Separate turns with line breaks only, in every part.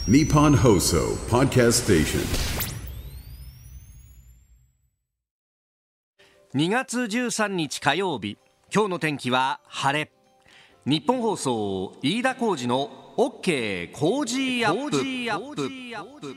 Nippon Hoso Podcast Station。
2月13日火曜日、今日の天気は晴れ。日本放送飯田浩司の OK 工事アップ。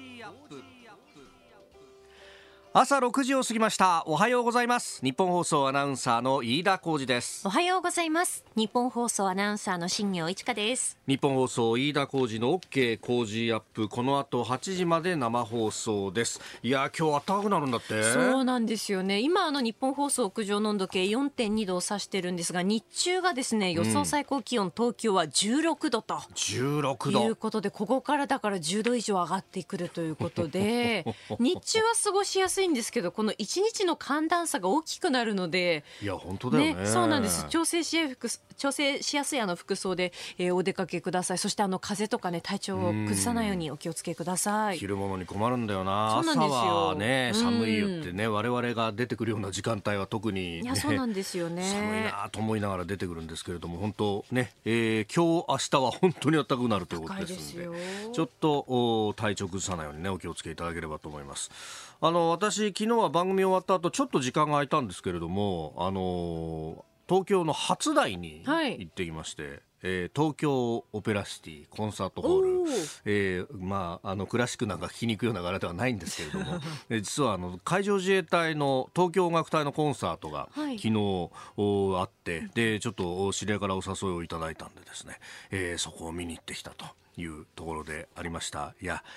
朝6時を過ぎました。おはようございます。日本放送アナウンサーの飯田浩司です。
おはようございます。日本放送アナウンサーの新業一華です。
日本放送飯田浩司の OK 工事アップ、この後8時まで生放送です。いや今日暖かくなるんだって。
そうなんですよね。今日本放送屋上の温度計 4.2 度を指してるんですが、日中がですね、予想最高気温、東京は16度と
16度
いうことで、ここからだから10度以上上がってくるということで日中は過ごしやすいんですけど、この1日の寒暖差が大きくなるので、
いや本当だよね。
そうなんです。調整しやすい服装で、お出かけください。そして風邪とかね、体調を崩さないようにお気をつけください。
着るものに困るんだよな。
そうなんですよ。
朝はね寒いよってね、我々が出てくるような時間帯は特に、ね、
いやそうなんですよね。
寒いなと思いながら出てくるんですけれども、本当ね、今日明日は本当に暖かくなるということですので、ちょっと体調崩さないようにね、お気をつけいただければと思います。私昨日は番組終わった後ちょっと時間が空いたんですけれども、東京の初台に行ってきまして、東京オペラシティコンサートホール、クラシックなんか聴きに行くような柄ではないんですけれども実は海上自衛隊の東京音楽隊のコンサートが昨日、あって、でちょっと知り合いからお誘いをいただいたんでですね、そこを見に行ってきたというところでありました。いや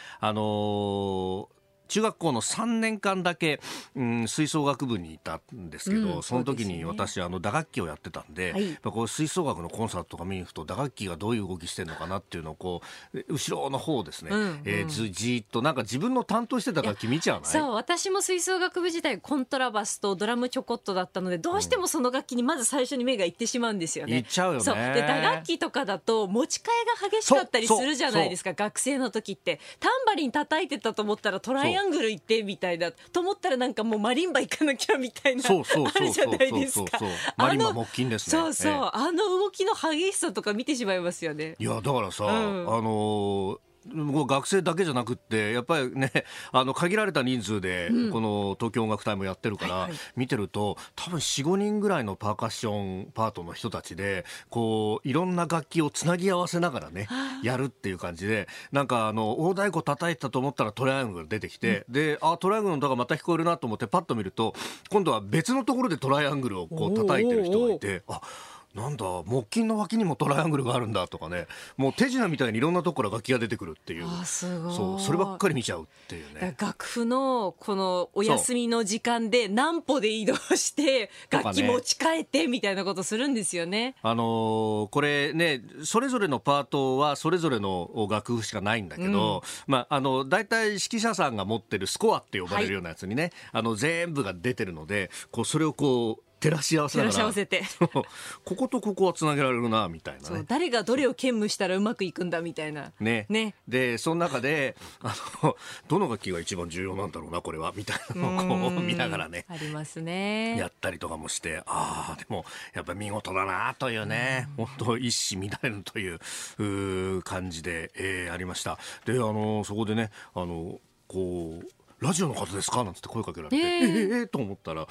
中学校の3年間だけ、吹奏楽部にいたんですけど、その時に私打楽器をやってたんで、やっぱこう吹奏楽のコンサートとか見に行くと打楽器がどういう動きしてるのかなっていうのをこう後ろの方ですね、じーっとなんか自分の担当してた楽器見ちゃわない？
そう、私も吹奏楽部時代コントラバスとドラムちょこっとだったので、どうしてもその楽器にまず最初に目がいってしまうんですよね。
いっちゃうよね。
そうで、打楽器とかだと持ち替えが激しかったりするじゃないですか。学生の時ってタンバリン叩いてたと思ったらトライアングル行ってみたいなと思ったら、なんかもうマリンバ行かなきゃみたいなあるじゃないですか。
マリンバ木琴ですね。
そうそう、動きの激しさとか見てしまいますよね。
いやだからさ、もう学生だけじゃなくってやっぱりね、限られた人数でこの東京音楽隊もやってるから、見てると多分 4,5 人ぐらいのパーカッションパートの人たちでこういろんな楽器をつなぎ合わせながらねやるっていう感じで、なんか大太鼓叩いてたと思ったらトライアングルが出てきて、でトライアングルの音がまた聞こえるなと思ってパッと見ると、今度は別のところでトライアングルをこう叩いてる人がいて、なんだ木琴の脇にもトライアングルがあるんだとかね、もう手品みたいにいろんなところから楽器が出てくるっていう、
すごい。
そう、そればっかり見ちゃうっていうね。
楽譜のこのお休みの時間で何歩で移動して楽器持ち替えてみたいなことするんですよね。
これね、それぞれのパートはそれぞれの楽譜しかないんだけど、だいたい指揮者さんが持ってるスコアって呼ばれるようなやつにね、全部が出てるので、こうそれをこう照らし合わせながら、
照らし合わせて
こことここはつなげられるなみたいなね。
そう、誰がどれを兼務したらうまくいくんだみたいな
ね。でその中でどの楽器が一番重要なんだろうなこれはみたいなのをこう見ながらね、
ありますね。
やったりとかもして、でもやっぱり見事だなというね、本当一糸乱れぬという感じで、ありました。でそこでねこうラジオの方ですかなんて声かけられて、と思ったら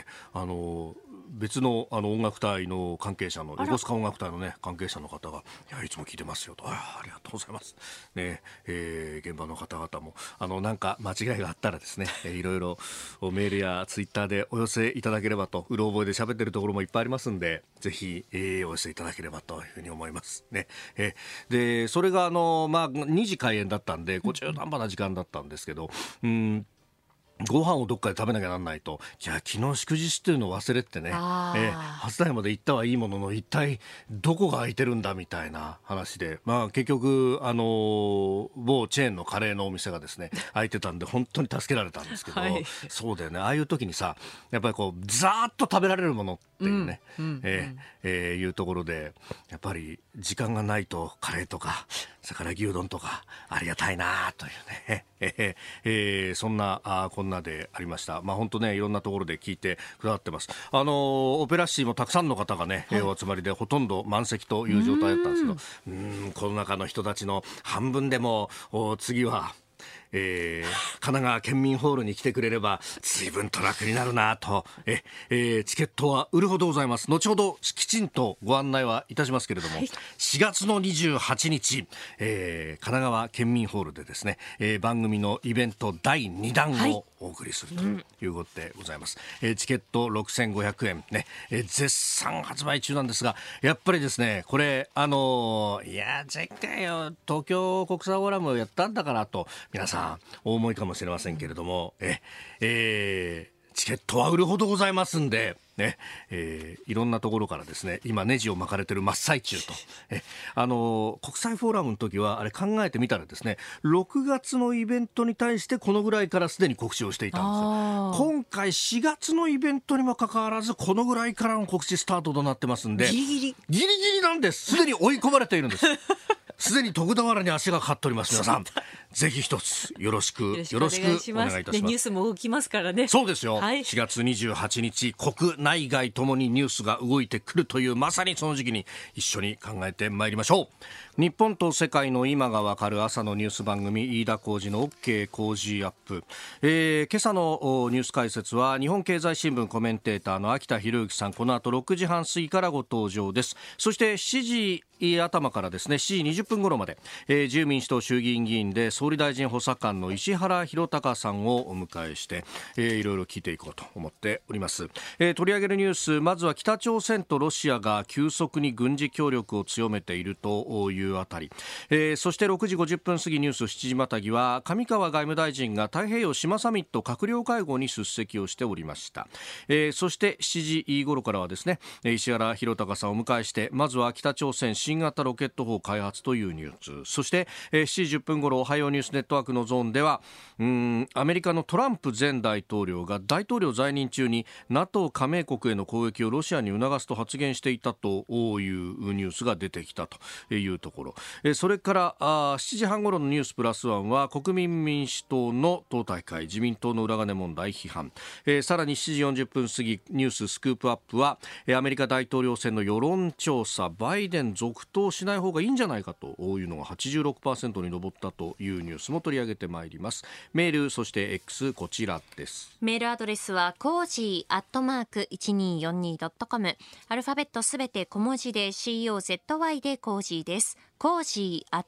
別の音楽隊の関係者の横須賀音楽隊のね関係者の方が、いつも聞いてますよと、ありがとうございますね、現場の方々もなんか間違いがあったらですね、いろいろメールやツイッターでお寄せいただければと、うろ覚えで喋ってるところもいっぱいありますんで、ぜひ、お寄せいただければというふうに思いますね。でそれが2時開演だったんで中途半端な時間だったんですけど、ご飯をどっかで食べなきゃなんないと、昨日祝日っていうのを忘れてね、初台まで行ったはいいものの一体どこが空いてるんだみたいな話で、結局某チェーンのカレーのお店がですね空いてたんで本当に助けられたんですけど、そうだよね、ああいう時にさやっぱりこうザーッと食べられるものっていうね、いうところでやっぱり時間がないとカレーとかそれから牛丼とかありがたいなというね、そんなこんなでありました。本当ね、いろんなところで聞いてくださってます。オペラシーもたくさんの方がね、お集まりでほとんど満席という状態だったんですけど、この中の人たちの半分でも次は神奈川県民ホールに来てくれれば随分と楽になるなと、チケットは売るほどございます。後ほどきちんとご案内はいたしますけれども、4月の28日、神奈川県民ホールでですね、番組のイベント第2弾をお送りするということでございます。チケット6500円ね、絶賛発売中なんですが、やっぱりですね、これいや前回東京国際フォーラムをやったんだからと皆さんお思いかもしれませんけれども、チケットは売るほどございますんでね、いろんなところからですね、今ネジを巻かれてる真っ最中と、国際フォーラムの時はあれ考えてみたらですね、6月のイベントに対してこのぐらいからすでに告知をしていたんですよ。今回4月のイベントにもかかわらずこのぐらいからの告知スタートとなってますんで、ギリギリなんです。すでに追い込まれているんです。すでに徳田原に足がかかっております。皆さんぜひ一つよろしくお願いいたします。
ニュースも動きますからね。
そうですよ、4月28日国内外ともにニュースが動いてくるという、まさにその時期に一緒に考えてまいりましょう。日本と世界の今がわかる朝のニュース番組、飯田浩司の OK 工事アップ。今朝のニュース解説は日本経済新聞コメンテーターの秋田博之さん、この後6時半過ぎからご登場です。そして7時頭からですね、7時20分頃まで、自由民主党衆議院議員で総理大臣補佐官の石原宏高さんをお迎えして、いろいろ聞いていこうと思っております。取り上げるニュース、まずは北朝鮮とロシアが急速に軍事協力を強めているというあたり、そして6時50分過ぎニュース7時またぎは上川外務大臣が太平洋島サミット閣僚会合に出席をしておりました。そして7時頃からはですね、石原宏高さんをお迎えして、まずは北朝鮮新型ロケット砲開発というニュース、そして7時10分頃おはようニュースネットワークのゾーンではアメリカのトランプ前大統領が大統領在任中に NATO 加盟国への攻撃をロシアに促すと発言していたというニュースが出てきたというところ、それから7時半頃のニュースプラスワンは国民民主党の党大会、自民党の裏金問題批判、さらに7時40分過ぎニューススクープアップはアメリカ大統領選の世論調査、バイデン続投しない方がいいんじゃないかというのが 86% に上ったというニュースも取り上げてまいります。メール、そして X、 こちらです。
メールアドレスはコージー@1242.com、 アルファベットすべて小文字で COZY でコージーです。コージー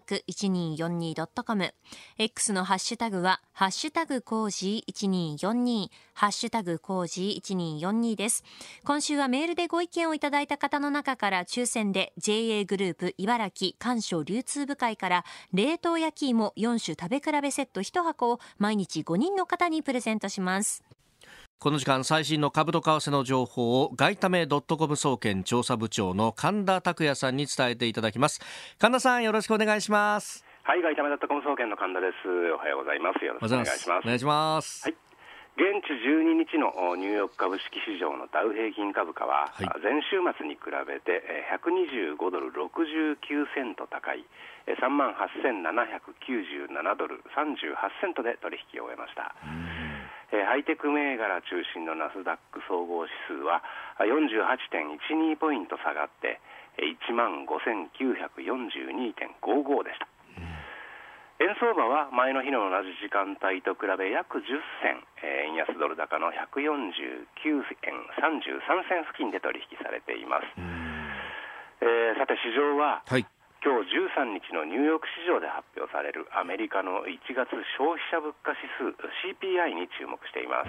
@1242.com。 X のハッシュタグはハッシュタグコージー1242、ハッシュタグコージー1242です。今週はメールでご意見をいただいた方の中から抽選で JA グループ茨城甘藷流通部会から冷凍焼き芋4種食べ比べセット1箱を毎日5人の方にプレゼントします。
この時間最新の株と為替の情報を外為.com総研調査部長の神田拓也さんに伝えていただきます。神田さん、よろしくお願いします。
はい、外為.com総研の神田です。おはようございます。よろしくお願いします。
お願いします。
はい、現地12日のニューヨーク株式市場のダウ平均株価は、前週末に比べて125ドル69セント高い38,797ドル38セントで取引を終えました。ハイテク銘柄中心のナスダック総合指数は 48.12 ポイント下がって15,942.55 でした。円相場は前の日の同じ時間帯と比べ約10銭、円安ドル高の149円33銭付近で取引されています。さて市場は、今日13日のニューヨーク市場で発表されるアメリカの1月消費者物価指数 CPI に注目しています。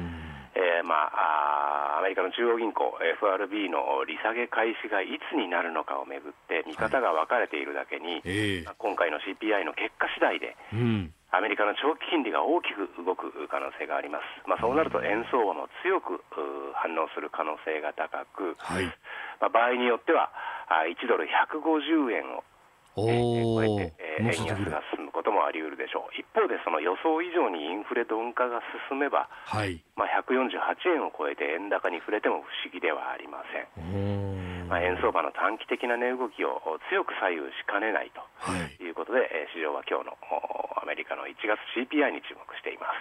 アメリカの中央銀行 FRB の利下げ開始がいつになるのかをめぐって見方が分かれているだけに、今回の CPI の結果次第で、アメリカの長期金利が大きく動く可能性があります。そうなると円相場も強く反応する可能性が高く、場合によっては1ドル150円を超えて円安が進むこともあり得るでしょう。一方でその予想以上にインフレ鈍化が進めば、
はい、
148円を超えて円高に触れても不思議ではありません。円相場の短期的な値動きを強く左右しかねないということで、市場は今日のアメリカの1月 CPI に注目しています。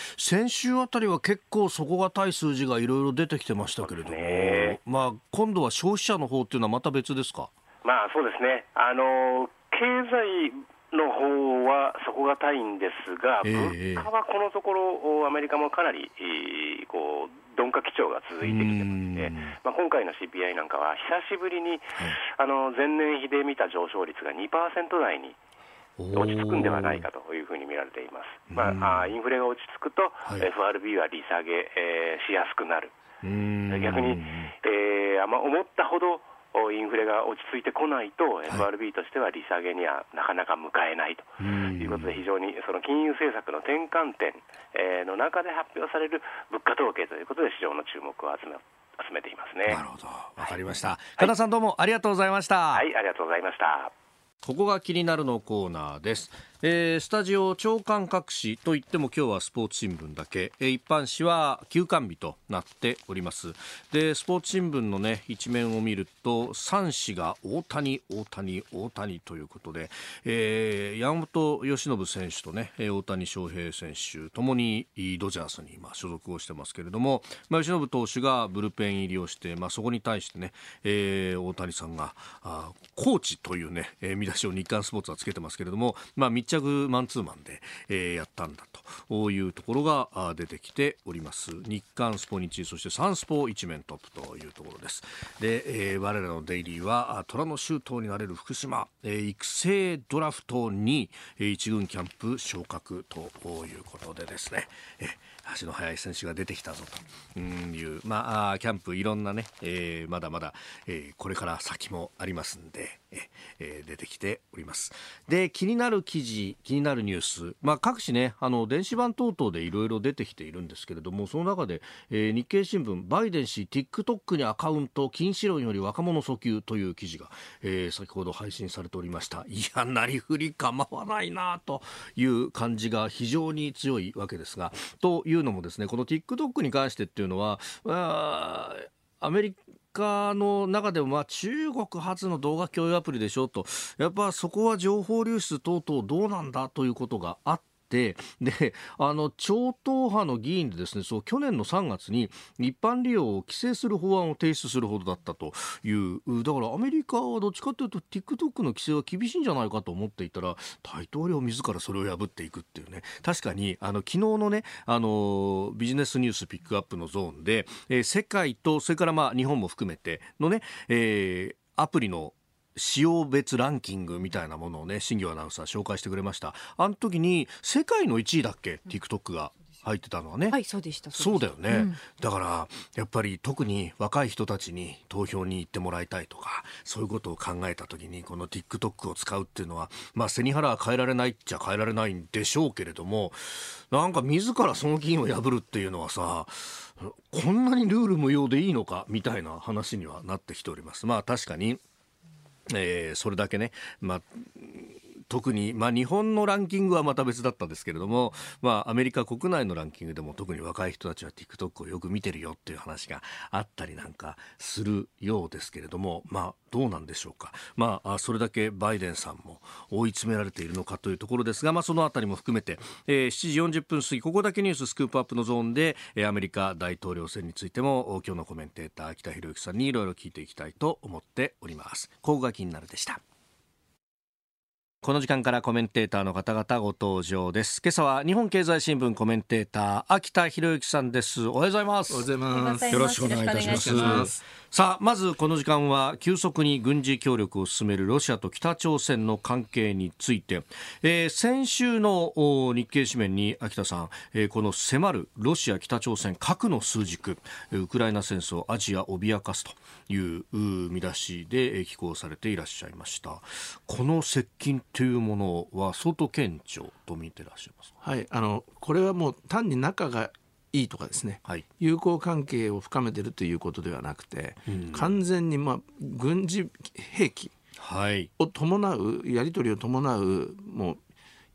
先週あたりは結構底堅い数字がいろいろ出てきてましたけれども、今度は消費者の方っていうのはまた別ですか？
そうですね、経済の方は底堅いんですが、物価はこのところアメリカもかなり鈍化基調が続いてきてまして、今回の CPI なんかは久しぶりに、前年比で見た上昇率が 2% 台に落ち着くんではないかというふうに見られています。インフレが落ち着くと、FRB は利下げ、しやすくなる。逆に、思ったほどインフレが落ち着いてこないと、FRB としては利下げにはなかなか向かえないということで、非常にその金融政策の転換点の中で発表される物価統計ということで市場の注目を集めていますね。
なるほど、わかりました。加田さん、どうもありがとうございました。
はい、ありがとうございました。
ここが気になるのコーナーです。スタジオ朝刊各紙といっても今日はスポーツ新聞だけ、一般紙は休刊日となっております。でスポーツ新聞のね一面を見ると3紙が大谷ということで、山本由伸選手とね大谷翔平選手ともにドジャースに今所属をしてますけれども、由伸投手がブルペン入りをして、そこに対してね、大谷さんがコーチというね見出しを日刊スポーツはつけてますけれども、密着マンツーマンで、やったんだというところが出てきております。日刊スポニチ、そしてサンスポ一面トップというところです。で、我らのデイリーは虎の周東になれる福島、育成ドラフトに一軍キャンプ昇格ということでですね、足の速い選手が出てきたぞという、キャンプいろんなね、まだまだ、これから先もありますんで、出てきております。で、気になる記事、気になるニュース、各紙ね電子版等々でいろいろ出てきているんですけれども、その中で、日経新聞バイデン氏 TikTok にアカウント禁止論より若者訴求という記事が、先ほど配信されておりました。いや、なりふり構わないなという感じが非常に強いわけですが、というのもですね、この TikTok に関してっていうのはアメリカの中でも中国発の動画共有アプリでしょと、やっぱそこは情報流出等々どうなんだということがあって、で超党派の議員でですね、去年の3月に一般利用を規制する法案を提出するほどだったという。だからアメリカはどっちかというと TikTok の規制は厳しいんじゃないかと思っていたら、大統領自らそれを破っていくっていうね。確かに昨日のねビジネスニュースピックアップのゾーンで、世界とそれから日本も含めてのね、アプリの使用別ランキングみたいなものをね、新業アナウンサー紹介してくれました。あの時に世界の1位だっけ、TikTok が入ってたのはね。
はい、そうでした。
そうだよね、だからやっぱり特に若い人たちに投票に行ってもらいたいとか、そういうことを考えた時にこの TikTok を使うっていうのは、背に腹は変えられないっちゃ変えられないんでしょうけれども、なんか自らその議員を破るっていうのはさ、こんなにルール無用でいいのかみたいな話にはなってきております。確かにそれだけね、特に、日本のランキングはまた別だったんですけれども、アメリカ国内のランキングでも特に若い人たちは TikTok をよく見てるよっていう話があったりなんかするようですけれども、どうなんでしょうか。それだけバイデンさんも追い詰められているのかというところですが、そのあたりも含めて、7時40分過ぎ、ここだけニューススクープアップのゾーンで、アメリカ大統領選についても今日のコメンテーター北博之さんにいろいろ聞いていきたいと思っております。ここが気になるでした。この時間からコメンテーターの方々ご登場です。今朝は日本経済新聞コメンテーター秋田博之さんです。おはようございます。
おはようございます。
よろしくお願いいたします。さあ、まずこの時間は急速に軍事協力を進めるロシアと北朝鮮の関係について、先週の日経紙面に秋田さん、この迫るロシア北朝鮮核の枢軸、ウクライナ戦争アジア脅かすという見出しで寄稿されていらっしゃいました。この接近というものは相当顕著と見てらっしゃいますか。
はい、これはもう単に仲がいいとかですね、友好関係を深めているということではなくて、完全に軍事兵器を伴う、やり取りを伴うもう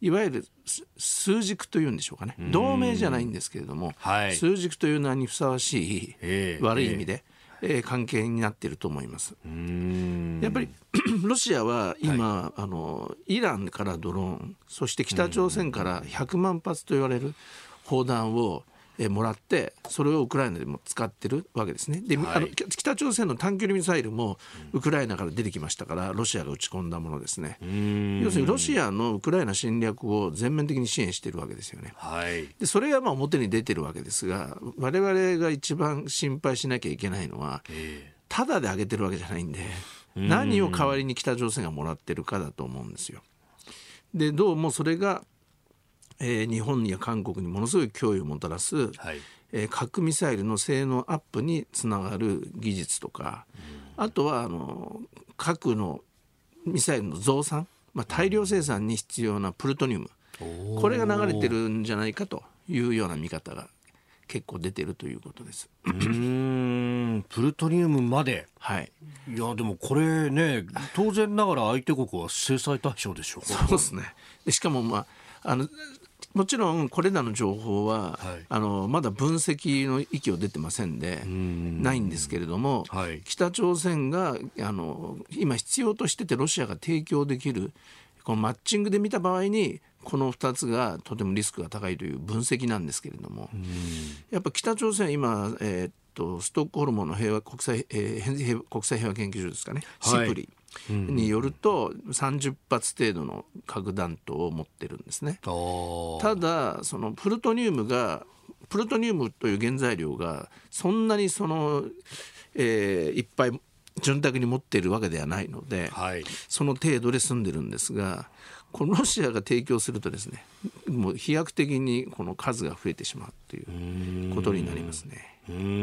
いわゆる枢軸というんでしょうかね、同盟じゃないんですけれども、枢軸という名にふさわしい、悪い意味で、関係になっていると思います。やっぱりロシアは今、イランからドローン、そして北朝鮮から100万発と言われる砲弾をもらって、それをウクライナでも使ってるわけですね。で、北朝鮮の短距離ミサイルもウクライナから出てきましたから、ロシアが撃ち込んだものですね。要するにロシアのウクライナ侵略を全面的に支援しているわけですよね。でそれが表に出てるわけですが、我々が一番心配しなきゃいけないのは、ただであげてるわけじゃないんで、何を代わりに北朝鮮がもらってるかだと思うんですよ。でどうもそれが日本や韓国にものすごい脅威をもたらす、核ミサイルの性能アップにつながる技術とか、あとは核のミサイルの増産、大量生産に必要なプルトニウム、これが流れてるんじゃないかというような見方が結構出てるということです。
プルトニウムまで、いやでもこれね、当然ながら相手国は制裁対象でしょう。
そうですね。でしかももちろんこれらの情報は、まだ分析の域を出てませんでないんですけれども、北朝鮮が今必要としててロシアが提供できるこのマッチングで見た場合にこの2つがとてもリスクが高いという分析なんですけれども、やっぱ北朝鮮は今、ストックホルムの国際平和研究所ですかね、シプリによると30発程度の核弾頭を持ってるんですね。ただそのプルトニウムという原材料がそんなにいっぱい潤沢に持っているわけではないので、その程度で済んでるんですが、このロシアが提供するとですね、もう飛躍的にこの数が増えてしまうということになりますね。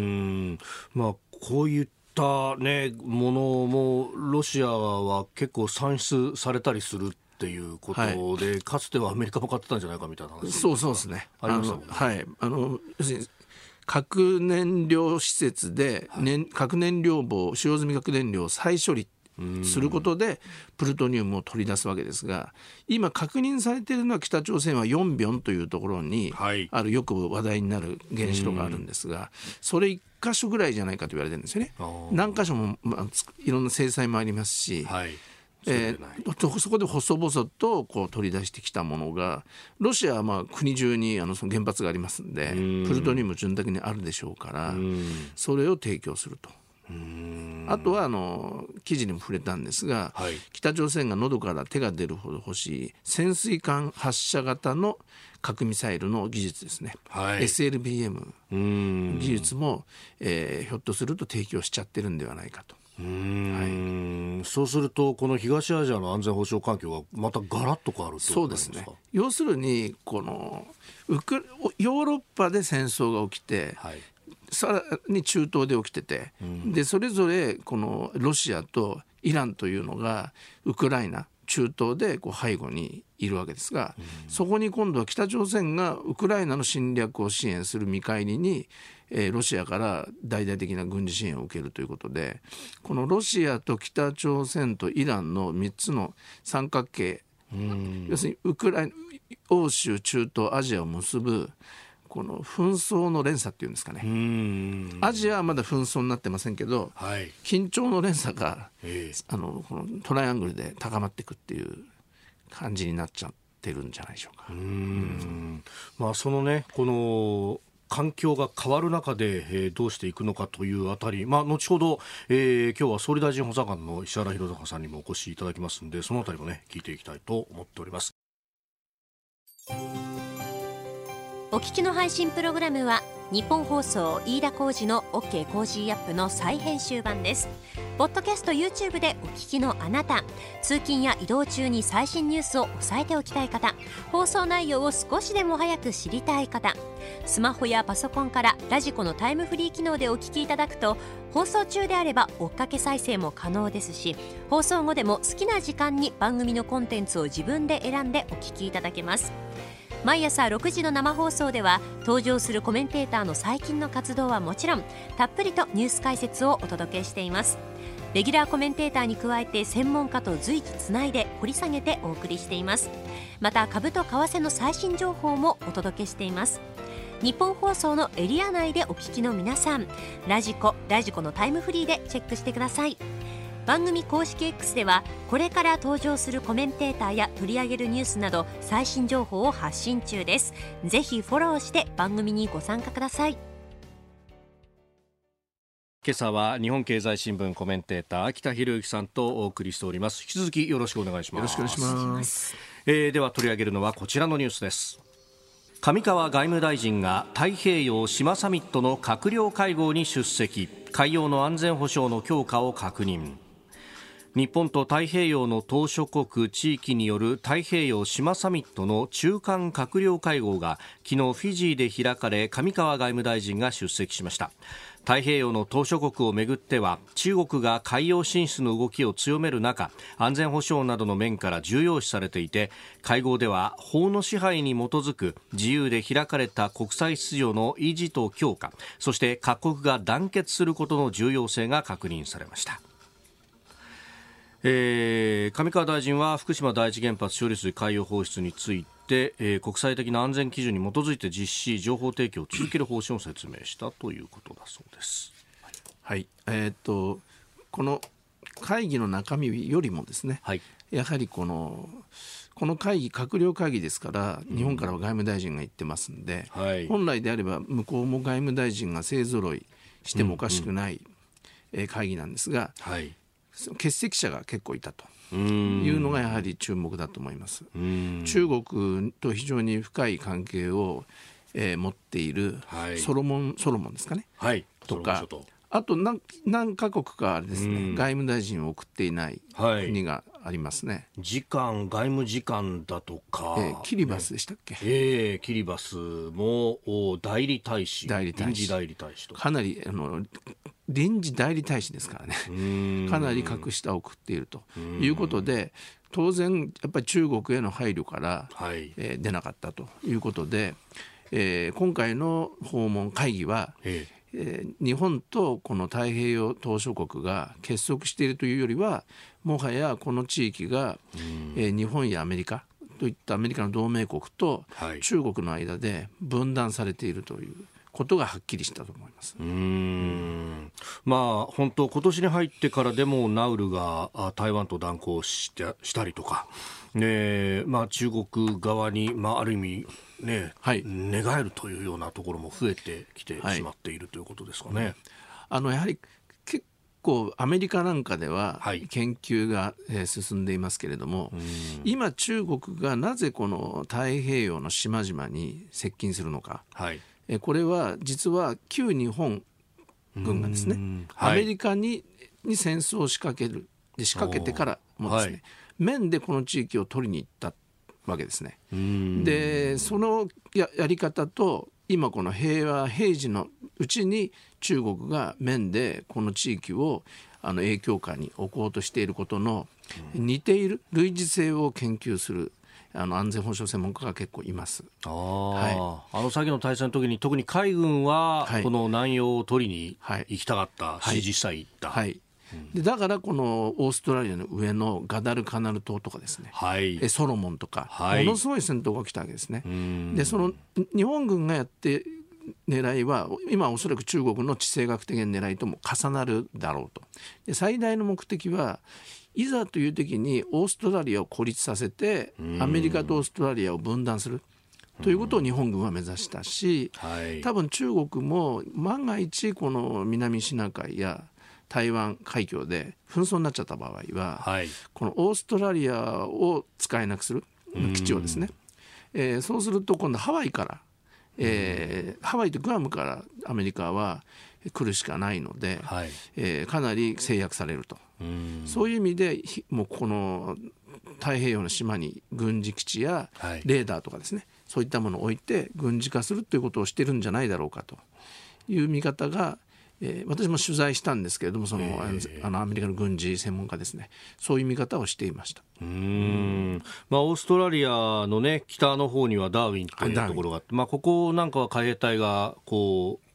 こういったものもロシアは結構産出されたりするっていうことで、かつてはアメリカも買ってたんじゃないかみたいな話。
そうですね。要するに核燃料施設で、核燃料棒、使用済み核燃料を再処理することでプルトニウムを取り出すわけですが、今確認されているのは北朝鮮はヨンビョンというところにあるよく話題になる原子炉があるんですが、それ1箇所ぐらいじゃないかと言われてるんですよね。何箇所も、いろんな制裁もありますし、そこで細々とこう取り出してきたものが、ロシアは国中にその原発がありますんで、プルトニウム潤沢にあるでしょうから、それを提供すると。あとは記事にも触れたんですが、北朝鮮が喉から手が出るほど欲しい潜水艦発射型の核ミサイルの技術ですね、SLBM 技術も、ひょっとすると提供しちゃってるんではないかと。
そうするとこの東アジアの安全保障環境がまたガラッと変わるってことなんですか？
そうですね。要するにこのヨーロッパで戦争が起きて、さらに中東で起きてて、でそれぞれこのロシアとイランというのがウクライナ中東でこう背後にいるわけですが、そこに今度は北朝鮮がウクライナの侵略を支援する見返りに、ロシアから大々的な軍事支援を受けるということで、このロシアと北朝鮮とイランの3つの三角形、要するにウクライナ、欧州、中東、アジアを結ぶこの紛争の連鎖っていうんですかね。アジアはまだ紛争になってませんけど、緊張の連鎖が、このトライアングルで高まっていくっていう感じになっちゃってるんじゃないでしょうか。
そのね、この環境が変わる中で、どうしていくのかというあたり、後ほど、今日は総理大臣補佐官の石原宏高さんにもお越しいただきますので、そのあたりもね聞いていきたいと思っております。
お聞きの配信プログラムは日本放送飯田浩司の OK コージーアップの再編集版です。ポッドキャスト YouTube でお聞きのあなた、通勤や移動中に最新ニュースを押さえておきたい方、放送内容を少しでも早く知りたい方、スマホやパソコンからラジコのタイムフリー機能でお聞きいただくと、放送中であれば追っかけ再生も可能ですし、放送後でも好きな時間に番組のコンテンツを自分で選んでお聞きいただけます。毎朝6時の生放送では登場するコメンテーターの最近の活動はもちろん、たっぷりとニュース解説をお届けしています。 レギュラーコメンテーターに加えて専門家と随時つないで掘り下げてお送りしています。また株と為替の最新情報もお届けしています。日本放送のエリア内でお聞きの皆さん、ラジコのタイムフリーでチェックしてください。番組公式 X ではこれから登場するコメンテーターや取り上げるニュースなど最新情報を発信中です。ぜひフォローして番組にご参加ください。
今朝は日本経済新聞コメンテーター秋田博之さんとお送りしております。引き続きよろしくお願いします。
よろしくお願いします。
では取り上げるのはこちらのニュースです。上川外務大臣が太平洋島サミットの閣僚会合に出席、海洋の安全保障の強化を確認。日本と太平洋の島諸国地域による太平洋島サミットの中間閣僚会合が昨日フィジーで開かれ、上川外務大臣が出席しました。太平洋の島諸国をめぐっては中国が海洋進出の動きを強める中、安全保障などの面から重要視されていて、会合では法の支配に基づく自由で開かれた国際秩序の維持と強化、そして各国が団結することの重要性が確認されました。上川大臣は福島第一原発処理水海洋放出について、国際的な安全基準に基づいて実施情報提供を続ける方針を説明したということだそうです。
はい、この会議の中身よりもですね、はい、やはりこの会議閣僚会議ですから、日本からは外務大臣が行ってますんで、はい、本来であれば向こうも外務大臣が勢ぞろいしてもおかしくない、会議なんですが、はい、欠席者が結構いたというのがやはり注目だと思います。中国と非常に深い関係を、持っているソロモンですかね、はい、とか、あと 何カ国かですね、外務大臣を送っていない国がありますね。
外務次官だとか、
キリバスでしたっけ、
キリバスも代理大使、臨時代理大使と
かなり臨時代理大使ですからね、かなり格下を送っているということで、当然やっぱり中国への配慮から、はい出なかったということで、今回の訪問会議は、日本とこの太平洋島諸国が結束しているというよりは、もはやこの地域が、日本やアメリカといったアメリカの同盟国と中国の間で分断されているということがはっきりしたと思います。
まあ、本当今年に入ってからでもナウルが台湾と断交したりとか、まあ、中国側に、ある意味ね、はい、寝返るというようなところも増えてきてしまっているということですかね。
やはり結構アメリカなんかでは研究が進んでいますけれども、今中国がなぜこの太平洋の島々に接近するのか、はい、これは実は旧日本軍がですね、アメリカに戦争を仕掛けてからもですね、はい、面でこの地域を取りに行ったわけですね。でその やり方と、今この平時のうちに中国が面でこの地域を影響下に置こうとしていることの似ている類似性を研究する安全保障専門家が結構います。
はい、先の大戦の時に特に海軍はこの南洋を取りに行きたかった、はい、実際行った、はい
でだからこのオーストラリアの上のガダルカナル島とかですね、はい、ソロモンとか、はい、ものすごい戦闘が起きたわけですね。でその日本軍がやって狙いは今おそらく中国の地政学的な狙いとも重なるだろうと。で最大の目的はいざという時にオーストラリアを孤立させてアメリカとオーストラリアを分断するということを日本軍は目指したし、多分中国も万が一この南シナ海や台湾海峡で紛争になっちゃった場合は、はい、このオーストラリアを使えなくする基地をですね、そうすると今度ハワイから、ハワイとグアムからアメリカは来るしかないので、はい、かなり制約されると。そういう意味でもうこの太平洋の島に軍事基地やレーダーとかですね、そういったものを置いて軍事化するということをしてるんじゃないだろうかという見方が、私も取材したんですけれども、アメリカの軍事専門家ですね、そういう見方をしていました。
オーストラリアの、ね、北の方にはダーウィンというところがあって、ここなんかは海兵隊がこう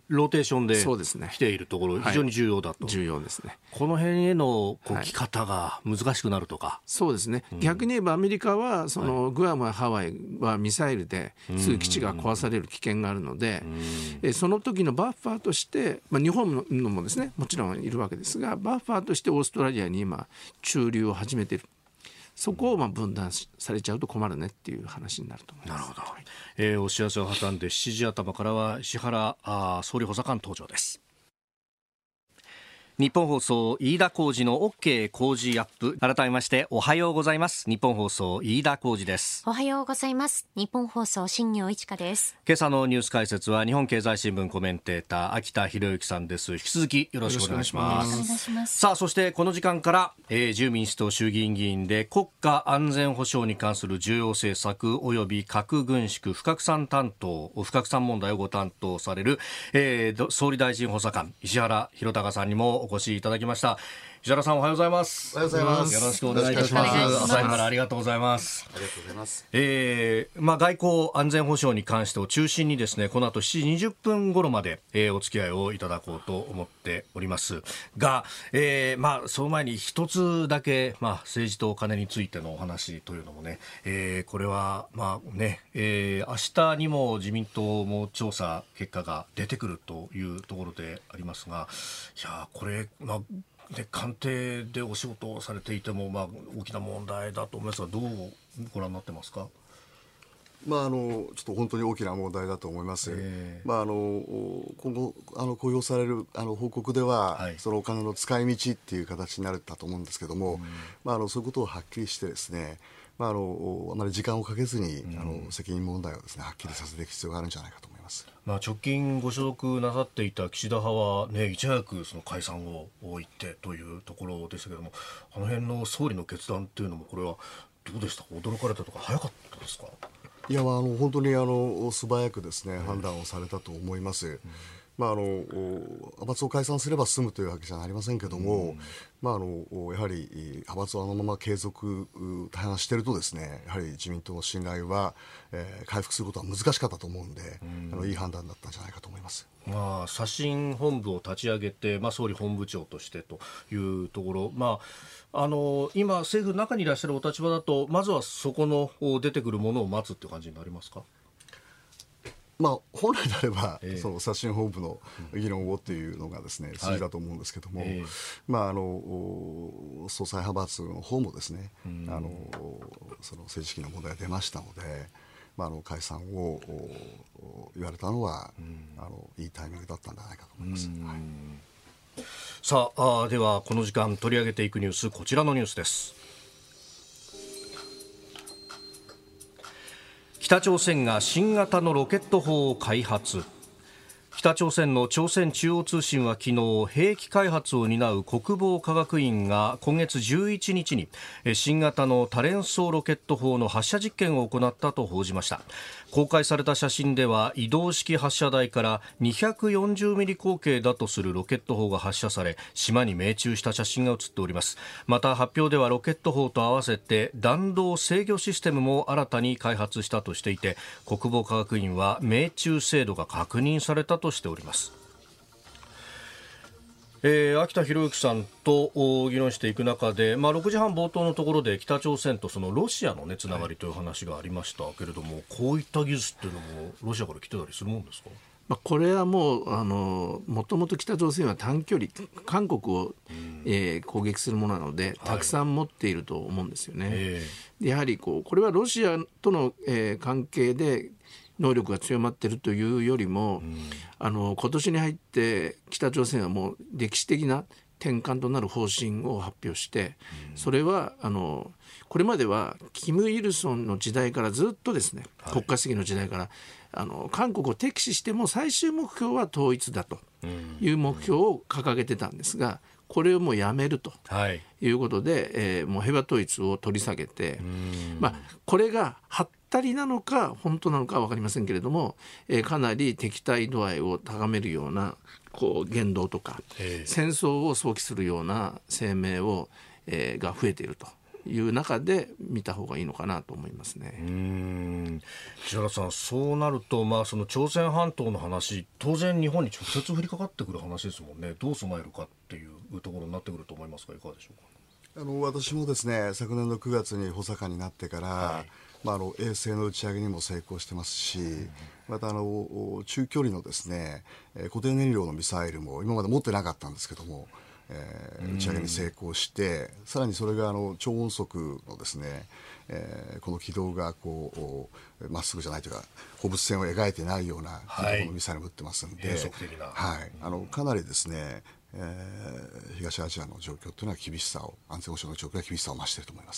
ローテーションで来ているところ、非常に重要だと、
重要ですね。
この辺への来方が難しくなるとか、
そうですね、逆に言えばアメリカはそのグアムやハワイはミサイルですぐ基地が壊される危険があるので、その時のバッファーとして、日本のもですねもちろんいるわけですが、バッファーとしてオーストラリアに今駐留を始めている。そこを分断されちゃうと困るねっていう話になると思います。
なるほど。お知らせを挟んで7時頭からは石原総理補佐官登場です。日本放送飯田浩司の OK 工事アップ。改めましておはようございます。日本放送飯田浩司です。
おはようございます。日本放送新業一華です。
今朝のニュース解説は日本経済新聞コメンテーター秋田博之さんです。引き続きよろしくお願いします。さあ、そしてこの時間から、自由民主党衆議院議員で国家安全保障に関する重要政策及び核軍縮不拡散問題をご担当される、総理大臣補佐官石原宏高さんにもお越しいただきました。石原さん、おはようございます。
おはようございます。
よろしくお願いいたします。朝からありがとうございます。
ありがとうございます。
外交安全保障に関してを中心にですね、この後7時20分頃まで、お付き合いをいただこうと思っておりますが、その前に一つだけ、政治とお金についてのお話というのもね、これは明日にも自民党も調査結果が出てくるというところでありますが、いやこれで官邸でお仕事をされていても、大きな問題だと思いますが、どうご覧になってますか。
ちょっと本当に大きな問題だと思います。今後公表される報告では、そのお金の使い道っていう形になると思うんですけども、そういうことをはっきりしてですね、あまり時間をかけずに責任問題をですねはっきりさせていく必要があるんじゃないかと思います。
直近ご所属なさっていた岸田派は、いち早くその解散を言ってというところでしたけれども、あの辺の総理の決断というのもこれはどうでしたか。驚かれたとか早かったですか。
いや、本当に素早くですね判断をされたと思います。派閥を解散すれば済むというわけじゃありませんけども、やはり派閥をあのまま継続大半しているとですね、やはり自民党の信頼は、回復することは難しかったと思うので、いい判断だったんじゃないかと思います。
刷新本部を立ち上げて、総理本部長としてというところ、今政府の中にいらっしゃるお立場だと、まずはそこの出てくるものを待つという感じになりますか。
本来であれば、その刷新本部の議論をというのがですね筋だと思うんですけども、総裁派閥の方もですね、その政治資金の問題が出ましたので、解散を言われたのは、いいタイミングだったんじゃないかと思います。
さあ、ではこの時間取り上げていくニュース、こちらのニュースです。北朝鮮が新型のロケット砲を開発。北朝鮮の朝鮮中央通信は昨日、兵器開発を担う国防科学院が今月11日に新型の多連装ロケット砲の発射実験を行ったと報じました。公開された写真では、移動式発射台から240ミリ口径だとするロケット砲が発射され、島に命中した写真が写っております。また発表では、ロケット砲と合わせて弾道制御システムも新たに開発したとしていて、国防科学院は命中精度が確認されたとしております。秋田博之さんと議論していく中で、6時半冒頭のところで北朝鮮とそのロシアの、つながりという話がありましたけれども、こういった技術っていうのもロシアから来てたりするもんですか。
これはもうもともと北朝鮮は短距離韓国を、攻撃するものなので、たくさん持っていると思うんですよね。やはりこれはロシアとの、関係で能力が強まっているというよりも、今年に入って北朝鮮はもう歴史的な転換となる方針を発表して、それはこれまではキム・イルソンの時代からずっとですね、国家主義の時代から韓国を敵視しても最終目標は統一だという目標を掲げてたんですが、これをもうやめるということで、もう平和統一を取り下げて、これがはったりなのか本当なのかは分かりませんけれども、かなり敵対度合いを高めるような言動とか、戦争を想起するような声明が増えているという中で見た方がいいのかなと思いますね。
石原さん、そうなると、その朝鮮半島の話、当然日本に直接降りかかってくる話ですもんね。どう備えるかっていうところになってくると思いますが、いかがでしょうか。
私もですね、昨年の9月に補佐官になってから、衛星の打ち上げにも成功してますし、また中距離のですね、固定燃料のミサイルも今まで持ってなかったんですけども、打ち上げに成功して、さらにそれが超音速のですね、この軌道がこうまっすぐじゃないというか放物線を描いてないような軌道のミサイルを撃ってますんで、
変則的な、
かなりですね、東アジアの状況というのは厳しさを、安全保障の状況が厳しさを増していると思います。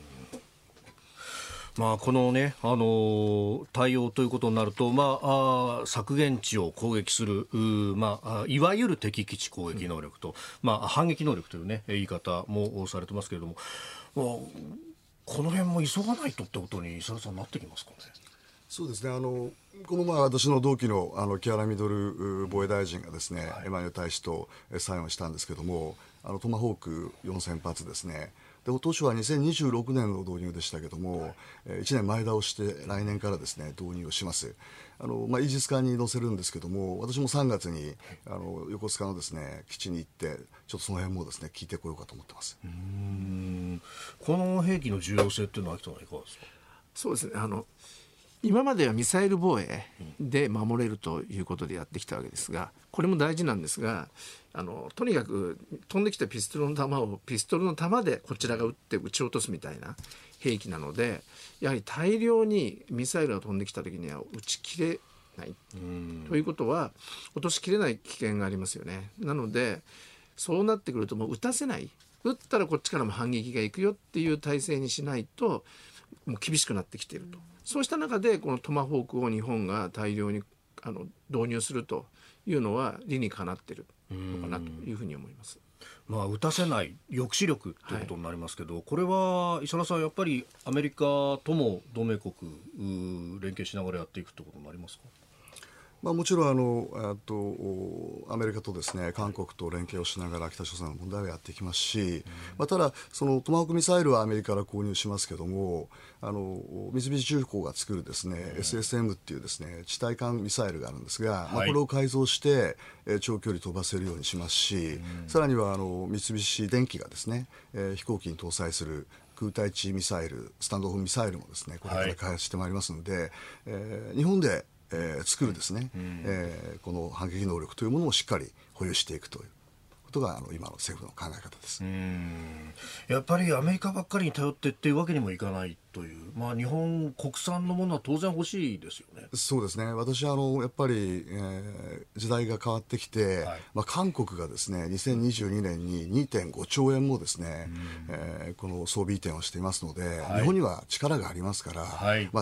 このね、対応ということになると、削減地を攻撃する、いわゆる敵基地攻撃能力と、反撃能力というね、言い方もされてますけれども、この辺も急がないとってことに石原さんなってきますかね。
そうですね、この前私の同期の木原稔防衛大臣がですね、エマニュエル大使とサインをしたんですけども、トマホーク4000発ですね、で当初は2026年の導入でしたけども、1年前倒して来年からですね導入をします。イージス艦に乗せるんですけども、私も3月に横須賀のですね基地に行って、ちょっとその辺もですね聞いてこようかと思ってます。
この兵器の重要性っていうのは秋田さんいかがですか。
そうですね、今まではミサイル防衛で守れるということでやってきたわけですが、これも大事なんですが、とにかく飛んできたピストルの弾をピストルの弾でこちらが撃って撃ち落とすみたいな兵器なので、やはり大量にミサイルが飛んできた時には撃ちきれないということは、落としきれない危険がありますよね。なのでそうなってくると、もう撃たせない、撃ったらこっちからも反撃がいくよっていう体制にしないともう厳しくなってきていると。そうした中でこのトマホークを日本が大量に導入するというのは理にかなっているのかなというふうに思います。
撃たせない抑止力ということになりますけど、これは石原さん、やっぱりアメリカとも同盟国連携しながらやっていくということになりますか。
もちろんアメリカとですね韓国と連携をしながら北朝鮮の問題をやっていきますし、ただそのトマホークミサイルはアメリカから購入しますけども、三菱重工が作るですね、SSM っていうですね地対艦ミサイルがあるんですが、これを改造して長距離飛ばせるようにしますし、さらには三菱電機がですね、飛行機に搭載する空対地ミサイル、スタンドオフミサイルもですねこれから開発してまいりますので、日本で作るですね、この反撃能力というものをしっかり保有していくということが今の政府の考え方です。
やっぱりアメリカばっかりに頼ってっていうわけにもいかないという、日本国産のものは当然欲しいですよね。
そうですね、私はやっぱり、時代が変わってきて、韓国がですね2022年に 2.5 兆円もですね、この装備移転をしていますので、日本には力がありますから、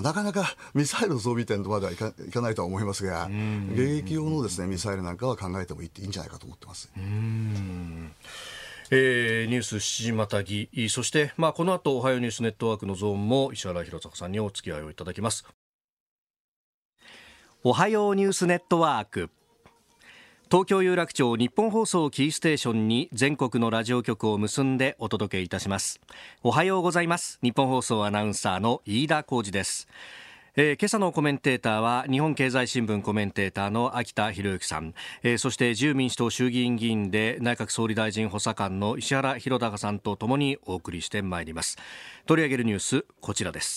なかなかミサイルの装備移転とまではいかないとは思いますが、迎撃用のですねミサイルなんかは考えてもいいんじゃないかと思ってます。
ニュース7時またぎ、そして、この後おはようニュースネットワークのゾーンも石原弘隆さんにお付き合いをいただきます。おはようニュースネットワーク、東京有楽町日本放送キーステーションに全国のラジオ局を結んでお届けいたします。おはようございます。日本放送アナウンサーの飯田浩司です。今朝のコメンテーターは日本経済新聞コメンテーターの秋田博之さん、そして自由民主党衆議院議員で内閣総理大臣補佐官の石原弘隆さんとともにお送りしてまいります。取り上げるニュース、こちらです。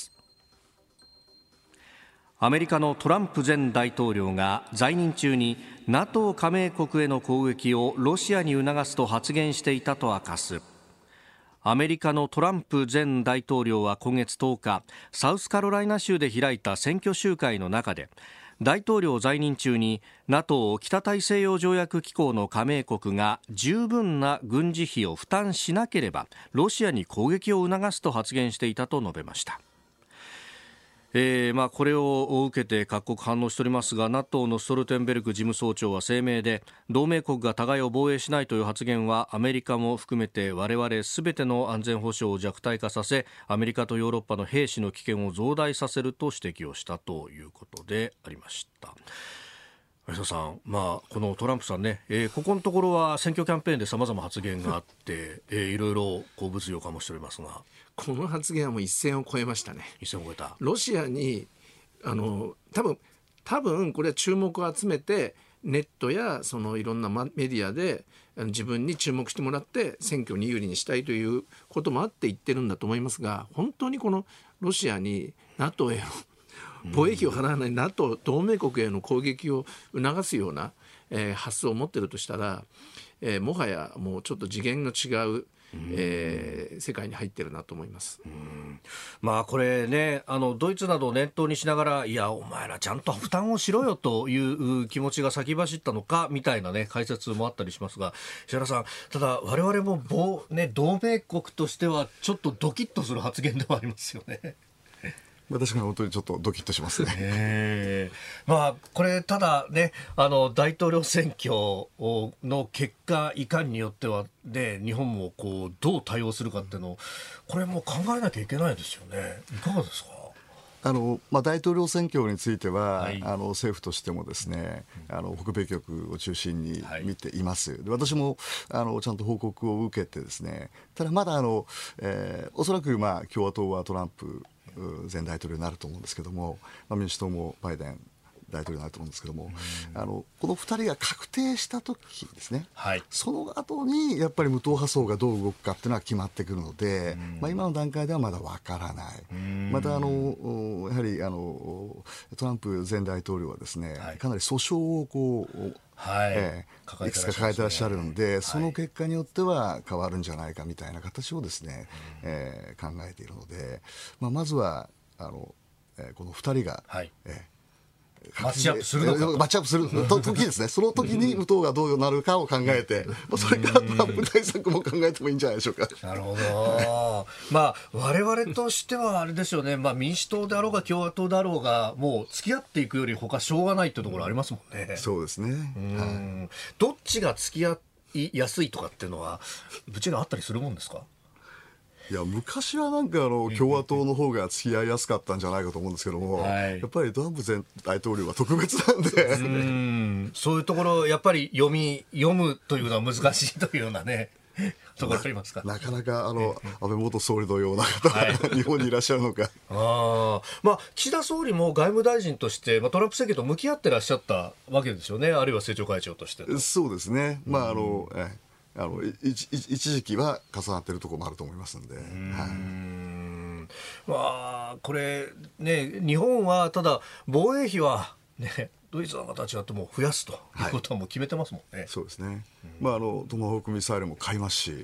アメリカのトランプ前大統領が在任中に NATO 加盟国への攻撃をロシアに促すと発言していたと明かす。アメリカのトランプ前大統領は今月10日、サウスカロライナ州で開いた選挙集会の中で、大統領在任中に NATO 北大西洋条約機構の加盟国が十分な軍事費を負担しなければロシアに攻撃を促すと発言していたと述べました。これを受けて各国反応しておりますが、 NATO のストルテンベルグ事務総長は声明で、同盟国が互いを防衛しないという発言はアメリカも含めて我々すべての安全保障を弱体化させ、アメリカとヨーロッパの兵士の危険を増大させると指摘をしたということでありました。 安田さん、このトランプさんね、ここのところは選挙キャンペーンで様々発言があって、いろいろ物議を醸しておりますが、
この発言はもう一線を越えましたね。
一線を越えた。
ロシアに多分これは注目を集めて、ネットやそのいろんなメディアで自分に注目してもらって選挙に有利にしたいということもあって言ってるんだと思いますが、本当にこのロシアに NATO への貿易を払わない NATO 同盟国への攻撃を促すような、発想を持っているとしたら、もはやもうちょっと次元の違う世界に入ってるなと思います。
これね、ドイツなどを念頭にしながら、いやお前らちゃんと負担をしろよという気持ちが先走ったのかみたいなね解説もあったりしますが、石原さん、ただ我々も同盟国としてはちょっとドキッとする発言ではありますよね。
私が本当にちょっとドキッとしますね。
これただね、大統領選挙の結果いかんによっては、日本もどう対応するかっていうのをこれもう考えなきゃいけないですよね。いかがですか。
大統領選挙については、
はい、
政府としてもですね、北米局を中心に見ています。で、私もちゃんと報告を受けてですね、ただまだおそらく共和党はトランプ前大統領になると思うんですけども、民主党もバイデン大統領になると思うんですけども、この2人が確定した時ですね、はい、その後にやっぱり無党派層がどう動くかっていうのは決まってくるので、今の段階ではまだわからない。またやはりトランプ前大統領はですね、かなり訴訟をいくつか抱えてらっしゃるので、その結果によっては変わるんじゃないかみたいな形をですね、考えているので、まずはこの2人が、
マッチアップするのかと。
マッチアップする時ですね。その時に無党がどうなるかを考えて、それからトランプ対策も考えてもいいんじゃないでしょうか。
なるほど。我々としてはあれですよね。民主党であろうが共和党であろうが、もう付き合っていくより他しょうがないっていうところありますもんね。
そうですね。
どっちが付き合いやすいとかっていうのはぶちがあったりするもんですか。
いや、昔はなんか共和党の方が付き合いやすかったんじゃないかと思うんですけども、やっぱりトランプ前大統領は特別なんで、
そういうところやっぱり読むというのは難しいというようなねところありますか。
なかなか安倍元総理のような方が日本にいらっしゃるのか。
岸田総理も外務大臣として、トランプ政権と向き合ってらっしゃったわけですよね。あるいは政調会長として。
そうですね。一時期は重なっているところもあると思いますので、
これね、日本はただ防衛費はね、ドイツの方たちはもう増やすということはもう決めてますもんね。
そうですね。トマホークミサイルも買いますし、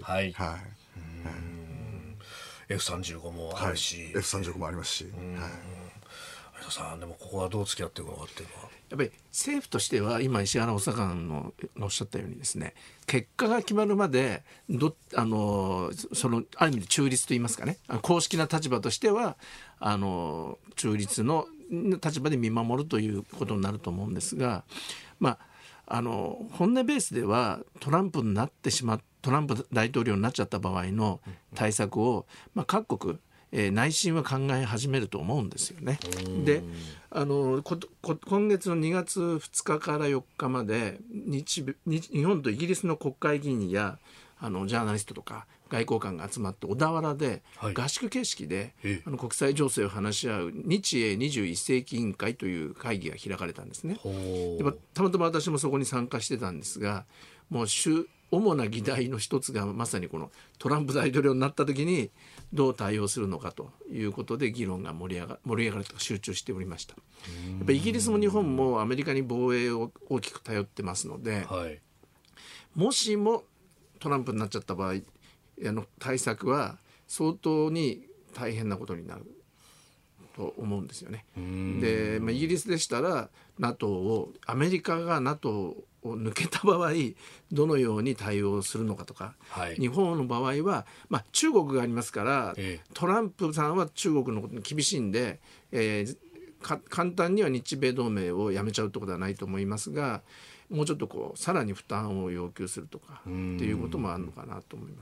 F35 もあるし、
F35 もありますし。
有田さん、でもここはどう付き合っていくのかっていうのは。
やっぱり政府としては今石原補佐官のおっしゃったようにですね、結果が決まるまでそのある意味で中立といいますかね、公式な立場としては中立の立場で見守るということになると思うんですが、本音ベースではトランプ大統領になっちゃった場合の対策を、各国内心は考え始めると思うんですよね。で、今月の2月2日から4日まで日本とイギリスの国会議員やジャーナリストとか外交官が集まって小田原で合宿形式で、国際情勢を話し合う日英21世紀委員会という会議が開かれたんですね。でたまたま私もそこに参加してたんですが、もう主な議題の一つがまさにこのトランプ大統領になった時にどう対応するのかということで議論が盛り上がるとか集中しておりました。やっぱりイギリスも日本もアメリカに防衛を大きく頼ってますので、もしもトランプになっちゃった場合対策は相当に大変なことになると思うんですよね。で、イギリスでしたら NATO アメリカが NATO を抜けた場合どのように対応するのかとか、日本の場合は、中国がありますから、トランプさんは中国のことに厳しいんで、 簡単には日米同盟をやめちゃうってことはないと思いますが、もうちょっとこうさらに負担を要求するとかっていうこともあるのかなと思います。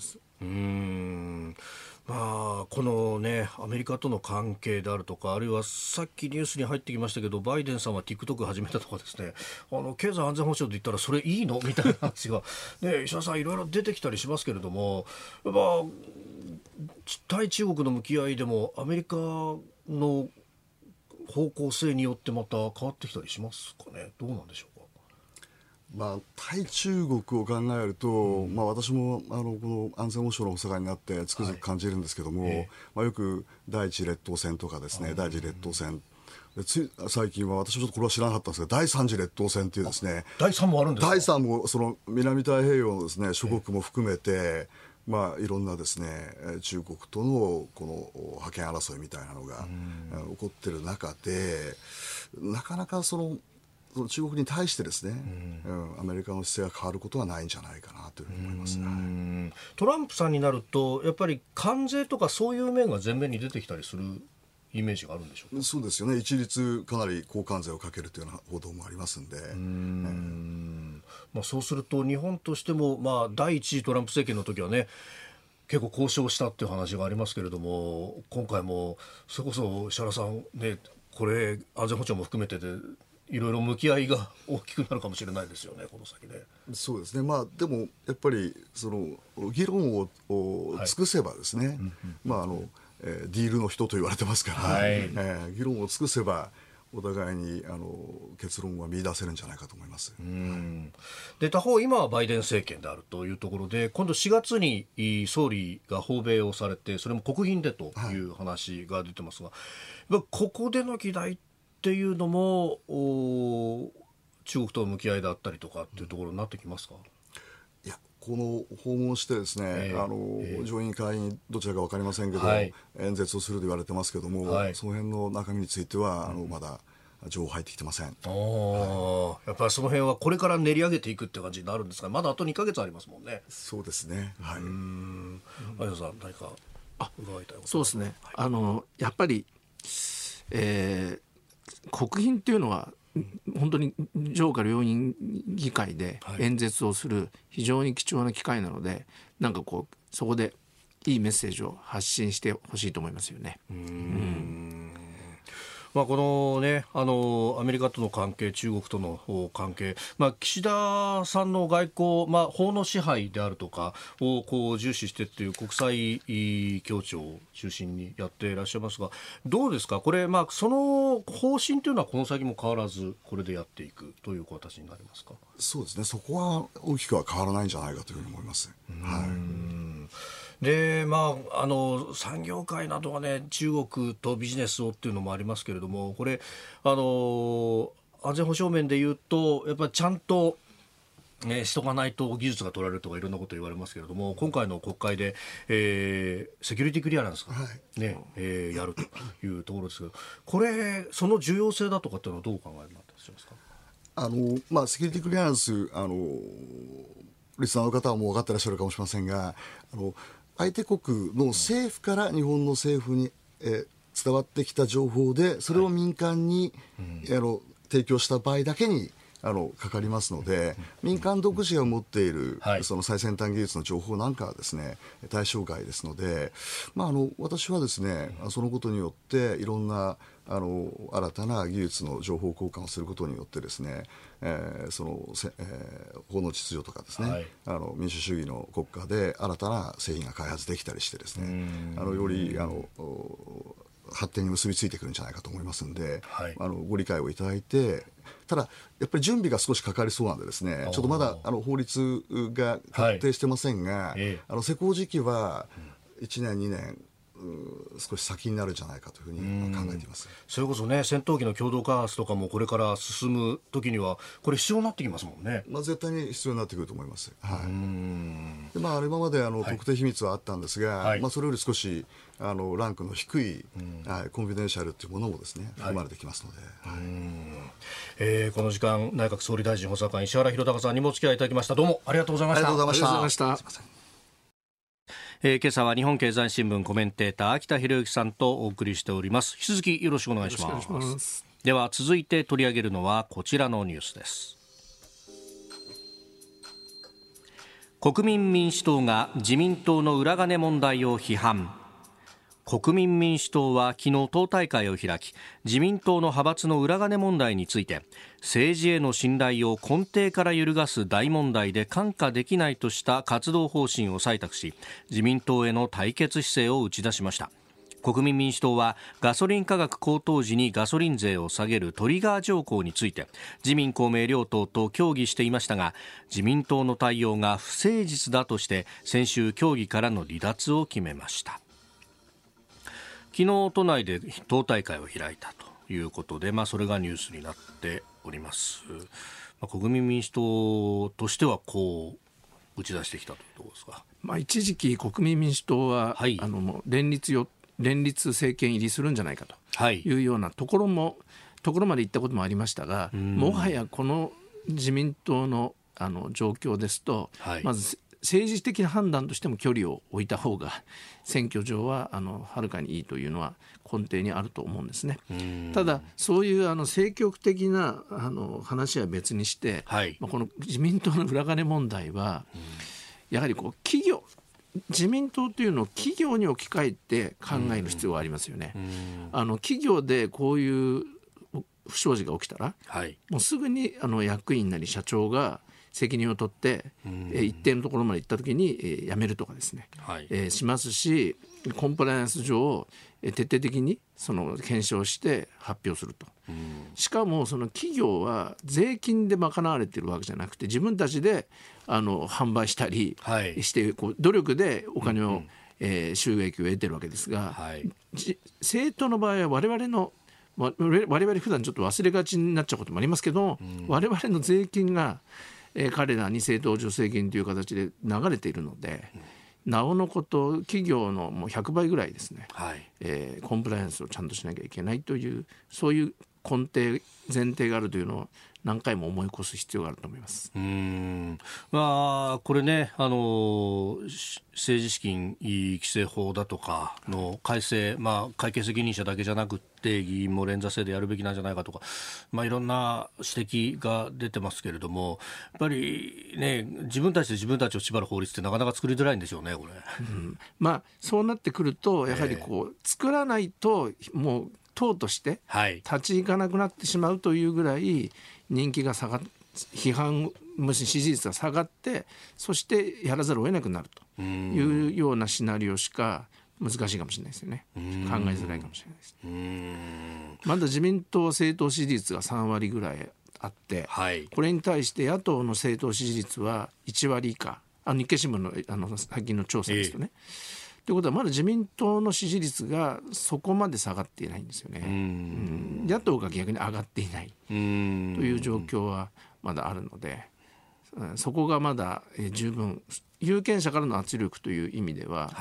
このねアメリカとの関係であるとか、あるいはさっきニュースに入ってきましたけど、バイデンさんは TikTok 始めたとかですね、経済安全保障で言ったらそれいいのみたいな話が、ね、石田さんいろいろ出てきたりしますけれども、やっぱ対中国の向き合いでもアメリカの方向性によってまた変わってきたりしますかね。どうなんでしょうか。
対中国を考えると、私もこの安全保障のお世話になってつくづく感じるんですけども、よく第一列島線とかですね、第一列島線最近は私もちょっとこれは知らなかったんですが、第三次列島線というですね、
第3もあるんですか。
第3もその南太平洋のですね諸国も含めて、いろんなですね中国とのこの覇権争いみたいなのが起こっている中で、なかなかその中国に対してですね、アメリカの姿勢が変わることはないんじゃないかなというふうに思います。
トランプさんになるとやっぱり関税とかそういう面が前面に出てきたりするイメージがあるんでしょうか。
そうですよね。一律かなり高関税をかけるというような報道もありますんで、
そうすると日本としても、第一次トランプ政権の時はね結構交渉したっていう話がありますけれども、今回もそれこそ石原さんね、これ安全保障も含めてでいろいろ向き合いが大きくなるかもしれないですよね、この先ね。
そうですね。でもやっぱりその議論を尽くせばですね、ディールの人と言われてますから、議論を尽くせばお互いに結論は見出せるんじゃないかと思います。
で他方、今はバイデン政権であるというところで、今度4月に総理が訪米をされて、それも国賓でという話が出てますが、ここでの議題っていうのも中国との向き合いだったりとかっていうところになってきますか。
いや、この訪問してですね、上院会にどちらか分かりませんけど、演説をすると言われてますけども、その辺の中身についてはまだ情報入ってきてません。やっ
ぱりその辺はこれから練り上げていくって感じになるんですが、まだあと2ヶ月ありますもんね。
そうですね。
相田さん何か伺いたいこと。
そうですね。やっぱり、国賓っていうのは本当に上下両院議会で演説をする非常に貴重な機会なので、なんかこうそこでいいメッセージを発信してほしいと思いますよね。
このね、アメリカとの関係、中国との関係、岸田さんの外交、法の支配であるとかをこう重視してっていう国際協調を中心にやっていらっしゃいますが、どうですかこれ、その方針というのはこの先も変わらずこれでやっていくという形になりますか。
そうですね。そこは大きくは変わらないんじゃないかというふうに思います。
で産業界などはね、中国とビジネスをっていうのもありますけれども、これ安全保障面でいうとやっぱりちゃんとしとかないと技術が取られるとかいろんなこと言われますけれども、今回の国会で、セキュリティクリアランスが、やるというところですけど、これその重要性だとかっていうのはどうお考えになっていらっしゃいますか。
セキュリティクリアランスリスナーの方はもう分かってらっしゃるかもしれませんが、相手国の政府から日本の政府に、伝わってきた情報でそれを民間に、提供した場合だけにかかりますので、民間独自が持っている、その最先端技術の情報なんかはですね対象外ですので、私はですねそのことによっていろんな新たな技術の情報交換をすることによってですね、法の秩序とかですね、民主主義の国家で新たな製品が開発できたりしてですね、より発展に結びついてくるんじゃないかと思いますので、ご理解をいただいて、ただやっぱり準備が少しかかりそうなんでですね、ちょっとまだ法律が確定してませんが、施行時期は1年2年少し先になるんじゃないかというふうに考えています。
それこそね、戦闘機の共同開発とかもこれから進むときにはこれ必要になってきますもんね。
絶対に必要になってくると思います。で今まで特定秘密はあったんですが、それより少しランクの低い、コンフィデンシャルというものもですね含まれてきますの
で、この時間内閣総理大臣補佐官石原宏高さんにもお付き合いいただきました。どうもありがとうございました。
ありがとうございました。
今朝は日本経済新聞コメンテーター秋田博之さんとお送りしております。引き続きよろしくお願いします。では続いて取り上げるのはこちらのニュースです。国民民主党が自民党の裏金問題を批判。国民民主党は昨日党大会を開き、自民党の派閥の裏金問題について、政治への信頼を根底から揺るがす大問題で看過できないとした活動方針を採択し、自民党への対決姿勢を打ち出しました。国民民主党はガソリン価格高騰時にガソリン税を下げるトリガー条項について自民公明両党と協議していましたが、自民党の対応が不誠実だとして先週協議からの離脱を決めました。昨日都内で党大会を開いたということで、それがニュースになっております。国民民主党としてはこう打ち出してきたというところですか。
一時期国民民主党は、もう連立政権入りするんじゃないかというようなところまで行ったこともありましたが、もはやこの自民党の状況ですと、まず政治的な判断としても距離を置いた方が選挙上ははるかにいいというのは根底にあると思うんですね。ただそういう政局的な話は別にして、この自民党の裏金問題はやはり自民党というのを企業に置き換えて考える必要がありますよね。企業でこういう不祥事が起きたら、もうすぐに役員なり社長が責任を取って、一定のところまで行ったときに、辞めるとかですね、しますし、コンプライアンス上徹底的に検証して発表すると。しかもその企業は税金で賄われているわけじゃなくて、自分たちで販売したりして、努力でお金を、収益を得ているわけですが、政党の場合は我々普段ちょっと忘れがちになっちゃうこともありますけど、我々の税金が彼らに政党助成金という形で流れているので、なおのこと企業のもう100倍ぐらいですね、コンプライアンスをちゃんとしなきゃいけないという、そういう前提があるというのを何回も思い起こす必要があると思います。
これね、政治資金規正法だとかの改正、会計責任者だけじゃなくって議員も連座制でやるべきなんじゃないかとか、いろんな指摘が出てますけれども、やっぱりね、自分たちで自分たちを縛る法律ってなかなか作りづらいんでしょうね、これ。
そうなってくるとやはり作らないともう党として立ち行かなくなってしまうというぐらい人気が下がっ、批判もし支持率が下がって、そしてやらざるを得なくなるというようなシナリオしか難しいかもしれないですよね。考えづらいかもしれないです。まだ自民党は政党支持率が3割ぐらいあって、これに対して野党の政党支持率は1割以下、日経新聞の最近の調査ですとね、ということはまだ自民党の支持率がそこまで下がっていないんですよね。野党が逆に上がっていないという状況はまだあるので、そこがまだ十分有権者からの圧力という意味では、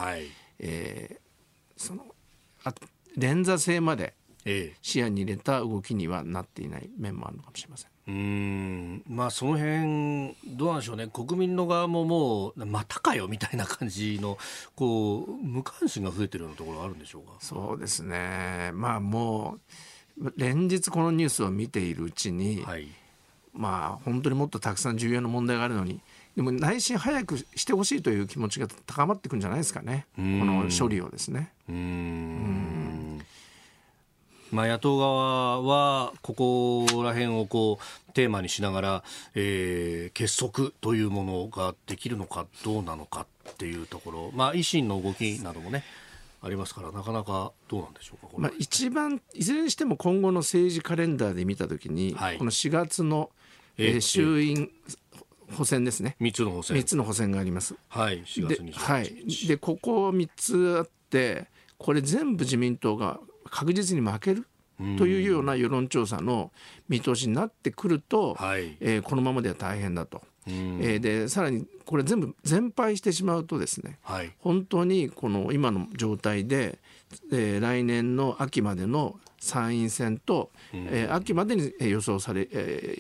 連座制まで視野に入れた動きにはなっていない面もあるのかもしれません。
その辺どうなんでしょうね。国民の側ももうまたかよみたいな感じの無関心が増えているようなところがあるんでしょうか。
そうですね。もう連日このニュースを見ているうちに、本当にもっとたくさん重要な問題があるのに、でも内心早くしてほしいという気持ちが高まってくるんじゃないですかね、この処理をですね。
野党側はここら辺をテーマにしながら、結束というものができるのかどうなのかっていうところ、維新の動きなどもねありますから、なかなかどうなんでしょうか。これ
一番いずれにしても今後の政治カレンダーで見たときに、この4月の、衆院補選ですね、3つの補選があります。
4月28日
でここ3つあって、これ全部自民党が確実に負けるというような世論調査の見通しになってくると、このままでは大変だと。でさらにこれ全部全敗してしまうとですね、本当にこの今の状態で、来年の秋までの参院選と、秋までに予想され、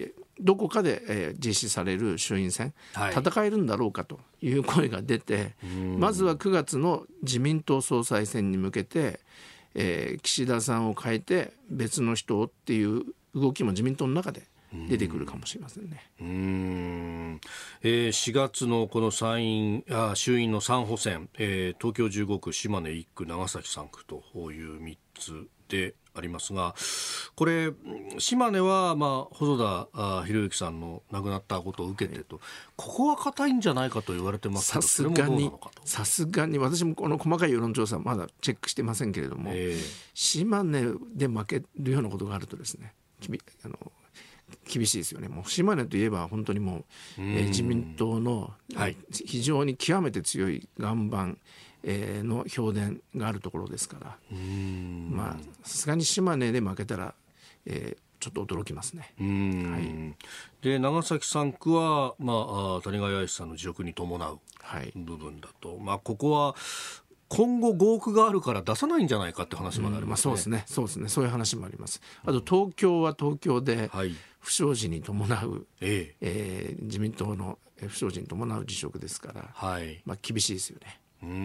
どこかで、実施される衆院選、戦えるんだろうかという声が出て、まずは9月の自民党総裁選に向けて、岸田さんを変えて別の人をっていう動きも自民党の中で出てくるかもしれませんね。
4月のこの衆院の3補選、東京15区、島根1区、長崎3区という3つでありますが、これ島根は、細田博之さんの亡くなったことを受けてと、ここは硬いんじゃないかと言われてますけど、
さすがに私もこの細かい世論調査まだチェックしてませんけれども、島根で負けるようなことがあるとですね、厳しいですよね。もう島根といえば本当にもう、自民党の、非常に極めて強い岩盤、の評伝があるところですから、さすがに島根で負けたら、ちょっと驚きますね。
で長崎3区は、谷川泰さんの辞職に伴う部分だと、ここは今後合区があるから出さないんじゃないかって話もありますね。
そうですね、そういう話もあります。あと東京は東京で不祥事に伴う、自民党の不祥事に伴う辞職ですから、厳しいですよね。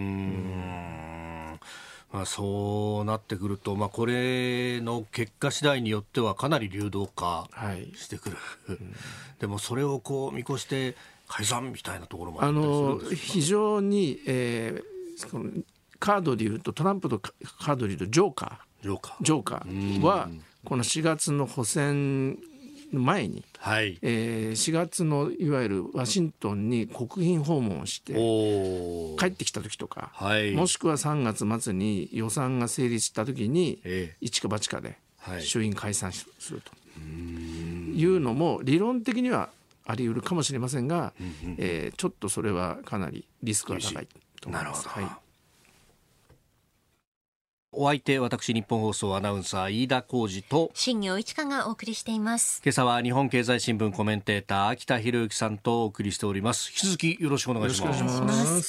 そうなってくると、これの結果次第によってはかなり流動化してくる、でもそれをこう見越して解散みたいなところもあったりするんですか？
非常に、カードでいうとトランプのカードでいうとジョーカーはこの4月の補選の前に、4月のいわゆるワシントンに国賓訪問をして帰ってきた時とか、もしくは3月末に予算が成立した時に、一か八かで衆院解散するというのも理論的にはあり得るかもしれませんが、ちょっとそれはかなりリスクが高いと思います。
お相手、私日本放送アナウンサー飯田浩司と
新業一華がお送りしています。
今朝は日本経済新聞コメンテーター秋田博之さんとお送りしております。引き続きよろしくお願いします。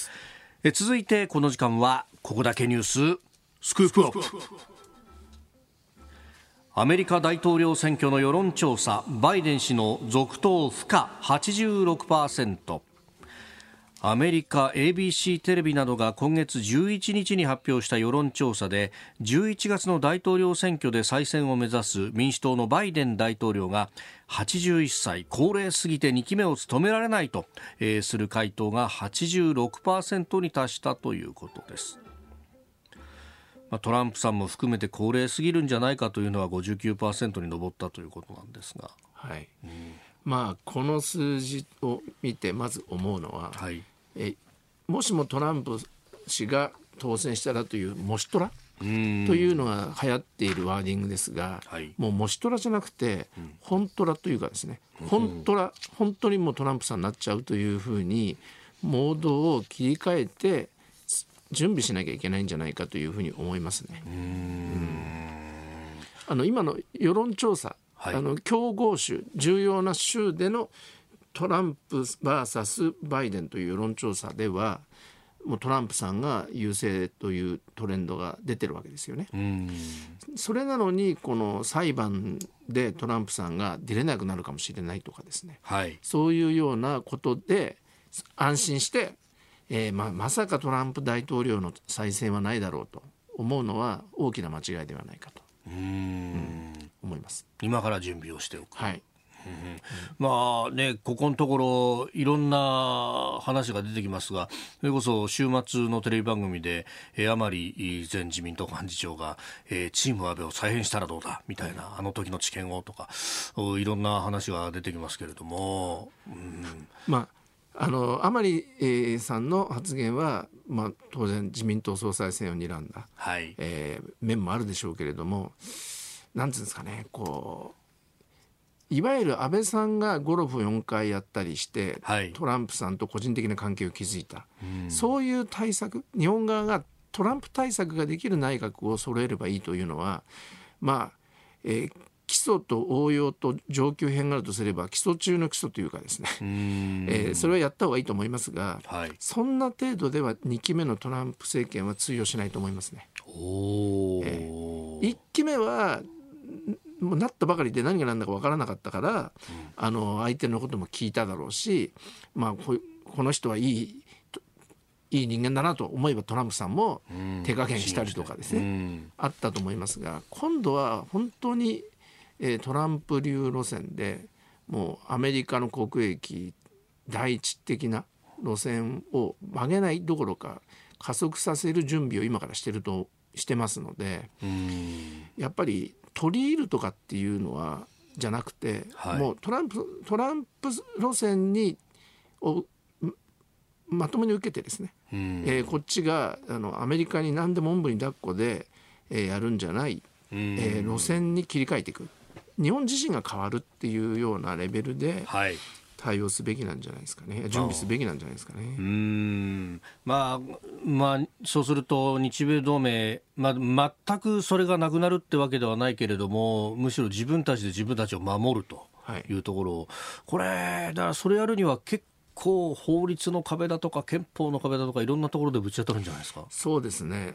続いてこの時間はここだけニューススクープアップ。アメリカ大統領選挙の世論調査、バイデン氏の続投不可 86%。アメリカ ABC テレビなどが今月11日に発表した世論調査で、11月の大統領選挙で再選を目指す民主党のバイデン大統領が81歳高齢すぎて2期目を務められないとする回答が 86% に達したということです。トランプさんも含めて高齢すぎるんじゃないかというのは 59% に上ったということなんですが、
この数字を見てまず思うのは、もしもトランプ氏が当選したらというもしトラというのが流行っているワーディングですが、もうもしトラじゃなくて本トラというかですね、本当にもうトランプさんになっちゃうというふうにモードを切り替えて準備しなきゃいけないんじゃないかというふうに思いますね。今の世論調査、競合州、重要な州でのトランプ vs バイデンという世論調査ではもうトランプさんが優勢というトレンドが出てるわけですよね。それなのにこの裁判でトランプさんが出れなくなるかもしれないとかですね、そういうようなことで安心して、まさかトランプ大統領の再選はないだろうと思うのは大きな間違いではないかと思います。
今から準備をしておく。ここのところいろんな話が出てきますが、それこそ週末のテレビ番組で甘利前自民党幹事長が、チーム安倍を再編したらどうだみたいな、あの時の知見をとかいろんな話が出てきますけれども、
甘利さんの発言は、当然自民党総裁選を睨んだ、面もあるでしょうけれども、なんていうんですかね、いわゆる安倍さんがゴルフ4回やったりして、トランプさんと個人的な関係を築いた、そういう対策、日本側がトランプ対策ができる内閣を揃えればいいというのは、基礎と応用と上級編があるとすれば基礎中の基礎というかですね、それはやった方がいいと思いますが、そんな程度では2期目のトランプ政権は通用しないと思いますね。1期目はもうなったばかりで何が何だか分からなかったから、相手のことも聞いただろうし、この人はいい人間だなと思えばトランプさんも手加減したりとかですね、あったと思いますが、今度は本当に、トランプ流路線でもうアメリカの国益第一的な路線を曲げないどころか加速させる準備を今からしてますので、やっぱり取り入るとかっていうのはじゃなくて、もうトランプ路線にまともに受けてですね、こっちがアメリカに何でもおんぶに抱っこで、やるんじゃない、路線に切り替えていく、日本自身が変わるっていうようなレベルで対応すべきなんじゃないですかね、準備すべきなんじゃないですかね。
そうすると日米同盟、全くそれがなくなるってわけではないけれども、むしろ自分たちで自分たちを守るというところを、これだからそれやるには結構法律の壁だとか憲法の壁だとかいろんなところでぶち当たるんじゃないですか。
そうですね、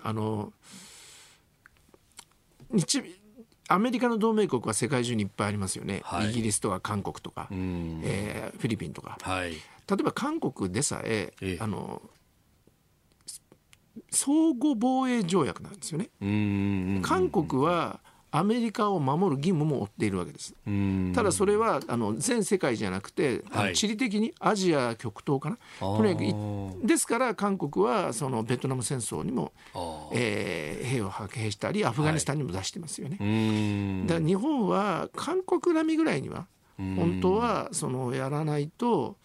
アメリカの同盟国は世界中にいっぱいありますよね、イギリスとか韓国とか、フィリピンとか、例えば韓国でさえ、相互防衛条約なんですよね。韓国はアメリカを守る義務も負っているわけです。ただそれは全世界じゃなくて、地理的にアジア極東かな、とにかくですから韓国はそのベトナム戦争にも、兵を派遣したりアフガニスタンにも出してますよね。だから日本は韓国並みぐらいには本当はそのやらないと、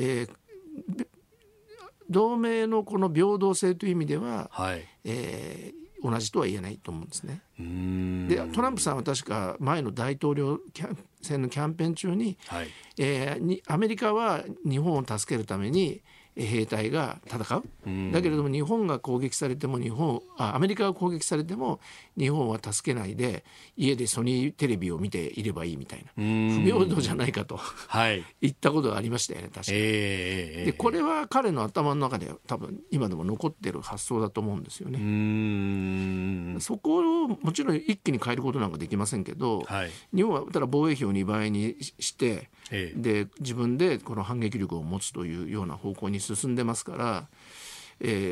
同盟のこの平等性という意味では、同じとは言えないと思うんですね。でトランプさんは確か前の大統領選のキャンペーン中に、アメリカは日本を助けるために兵隊が戦う、だけれども日本が攻撃されてもアメリカが攻撃されても日本は助けないで家でソニーテレビを見ていればいいみたいな、不平等じゃないかと、言ったことがありましたよね、確かに。でこれは彼の頭の中で多分今でも残ってる発想だと思うんですよね。そこをもちろん一気に変えることなんかできませんけど、日本はただ防衛費を2倍にして、で自分でこの反撃力を持つというような方向に進んでますから、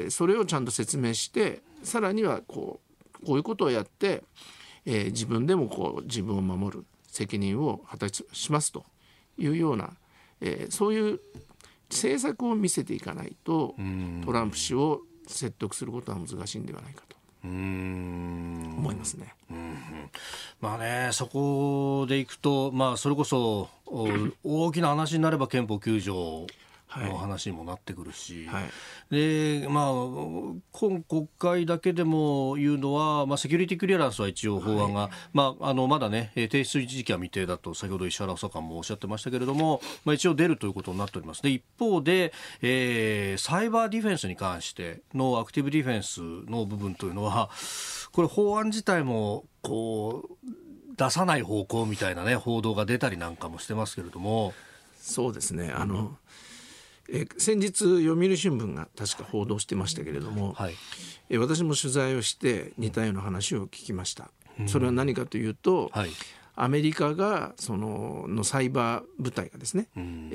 それをちゃんと説明して、さらにはこういうことをやって、自分でも自分を守る責任を果たしますというような、そういう政策を見せていかないとトランプ氏を説得することは難しいんではないかと思いますね。
そこでいくと、それこそ大きな話になれば憲法9条の話にもなってくるし、で今国会だけでも言うのは、セキュリティクリアランスは一応法案が、まだね提出時期は未定だと先ほど石原補佐官もおっしゃってましたけれども、一応出るということになっております。で一方で、サイバーディフェンスに関してのアクティブディフェンスの部分というのは、これ法案自体も出さない方向みたいなね報道が出たりなんかもしてますけれども。
そうですね、先日読売新聞が確か報道してましたけれども、私も取材をして似たような話を聞きました。それは何かというと、アメリカがのサイバー部隊がですね、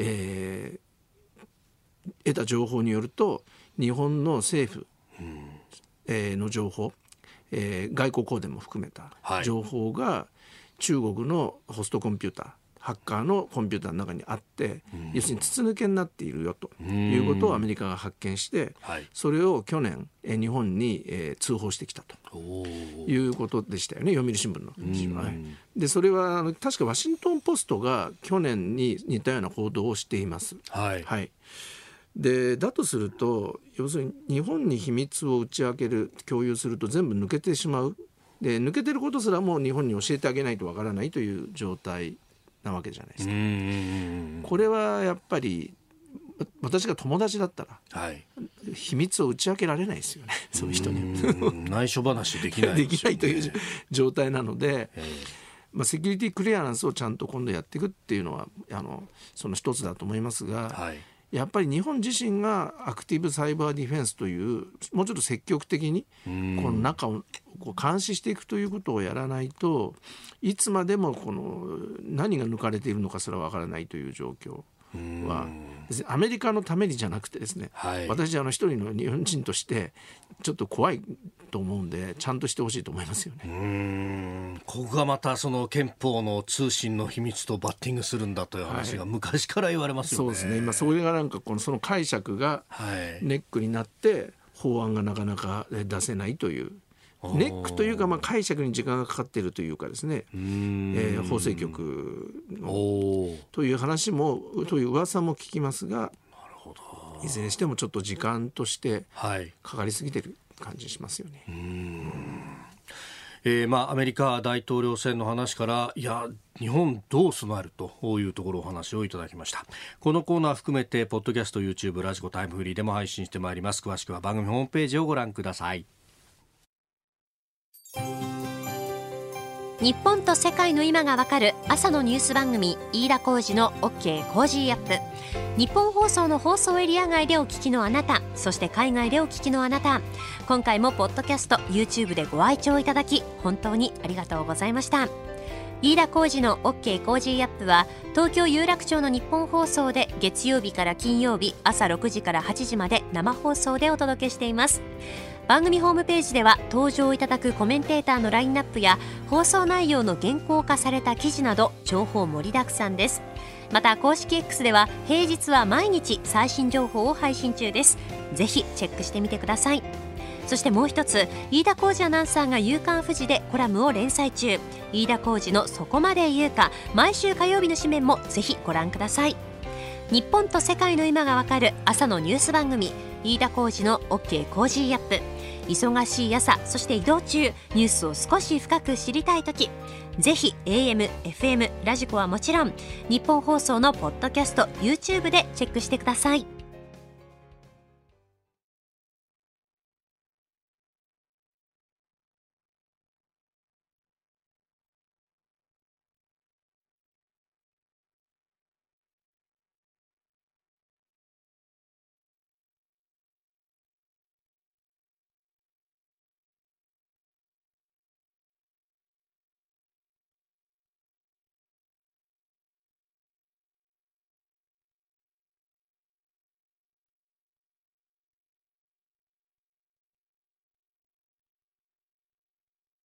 得た情報によると日本の政府、の情報、外交公電も含めた情報が中国のホストコンピューター、ハッカーのコンピューターの中にあって、要するに筒抜けになっているよということをアメリカが発見して、それを去年日本に通報してきたということでしたよね、読売新聞の記事は。でそれは確かワシントンポストが去年に似たような報道をしています。でだとすると、要するに日本に秘密を打ち明ける、共有すると全部抜けてしまう。で抜けてることすらもう日本に教えてあげないとわからないという状態なわけじゃないですか。これはやっぱり私が友達だったら、秘密を打ち明けられないですよね、そういう人に
内緒話できないですよね。
できないという状態なので、セキュリティクリアランスをちゃんと今度やっていくっていうのはその一つだと思いますが、 やっぱり日本自身がアクティブサイバーディフェンスというもうちょっと積極的にこの中をこう監視していくということをやらないと、いつまでもこの何が抜かれているのかすらわからないという状況はアメリカのためにじゃなくてですね、私一人の日本人としてちょっと怖いと思うんで、ちゃんとしてほしいと思いますよね。
ここがまたその憲法の通信の秘密とバッティングするんだという話が昔から言われますよね。
そうですね。今それがなんかその解釈がネックになって法案がなかなか出せないというネックというか、解釈に時間がかかっているというかですね、法制局のという話もという噂も聞きますが、なるほど、いずれにしてもちょっと時間としてかかりすぎてる感じしますよね。
アメリカ大統領選の話から、いや日本どう備えるというところお話をいただきました。このコーナー含めてポッドキャスト、 YouTube、 ラジコ、タイムフリーでも配信してまいります。詳しくは番組ホームページをご覧ください。
日本と世界の今がわかる朝のニュース番組、飯田浩司の OK コージーアップ。日本放送の放送エリア外でお聞きのあなた、そして海外でお聞きのあなた、今回もポッドキャスト YouTube でご愛聴いただき本当にありがとうございました。飯田浩司の OK コージーアップは東京有楽町の日本放送で月曜日から金曜日朝6時から8時まで生放送でお届けしています。番組ホームページでは登場いただくコメンテーターのラインナップや放送内容の原稿化された記事など情報盛りだくさんです。また公式 X では平日は毎日最新情報を配信中です。ぜひチェックしてみてください。そしてもう一つ、飯田浩司アナウンサーが夕刊フジでコラムを連載中、飯田浩司のそこまで言うか、毎週火曜日の紙面もぜひご覧ください。日本と世界の今がわかる朝のニュース番組、飯田浩司の OK コージーアップ。忙しい朝、そして移動中、ニュースを少し深く知りたいとき、ぜひ AM、FM、ラジコはもちろん日本放送のポッドキャスト、 YouTube でチェックしてください。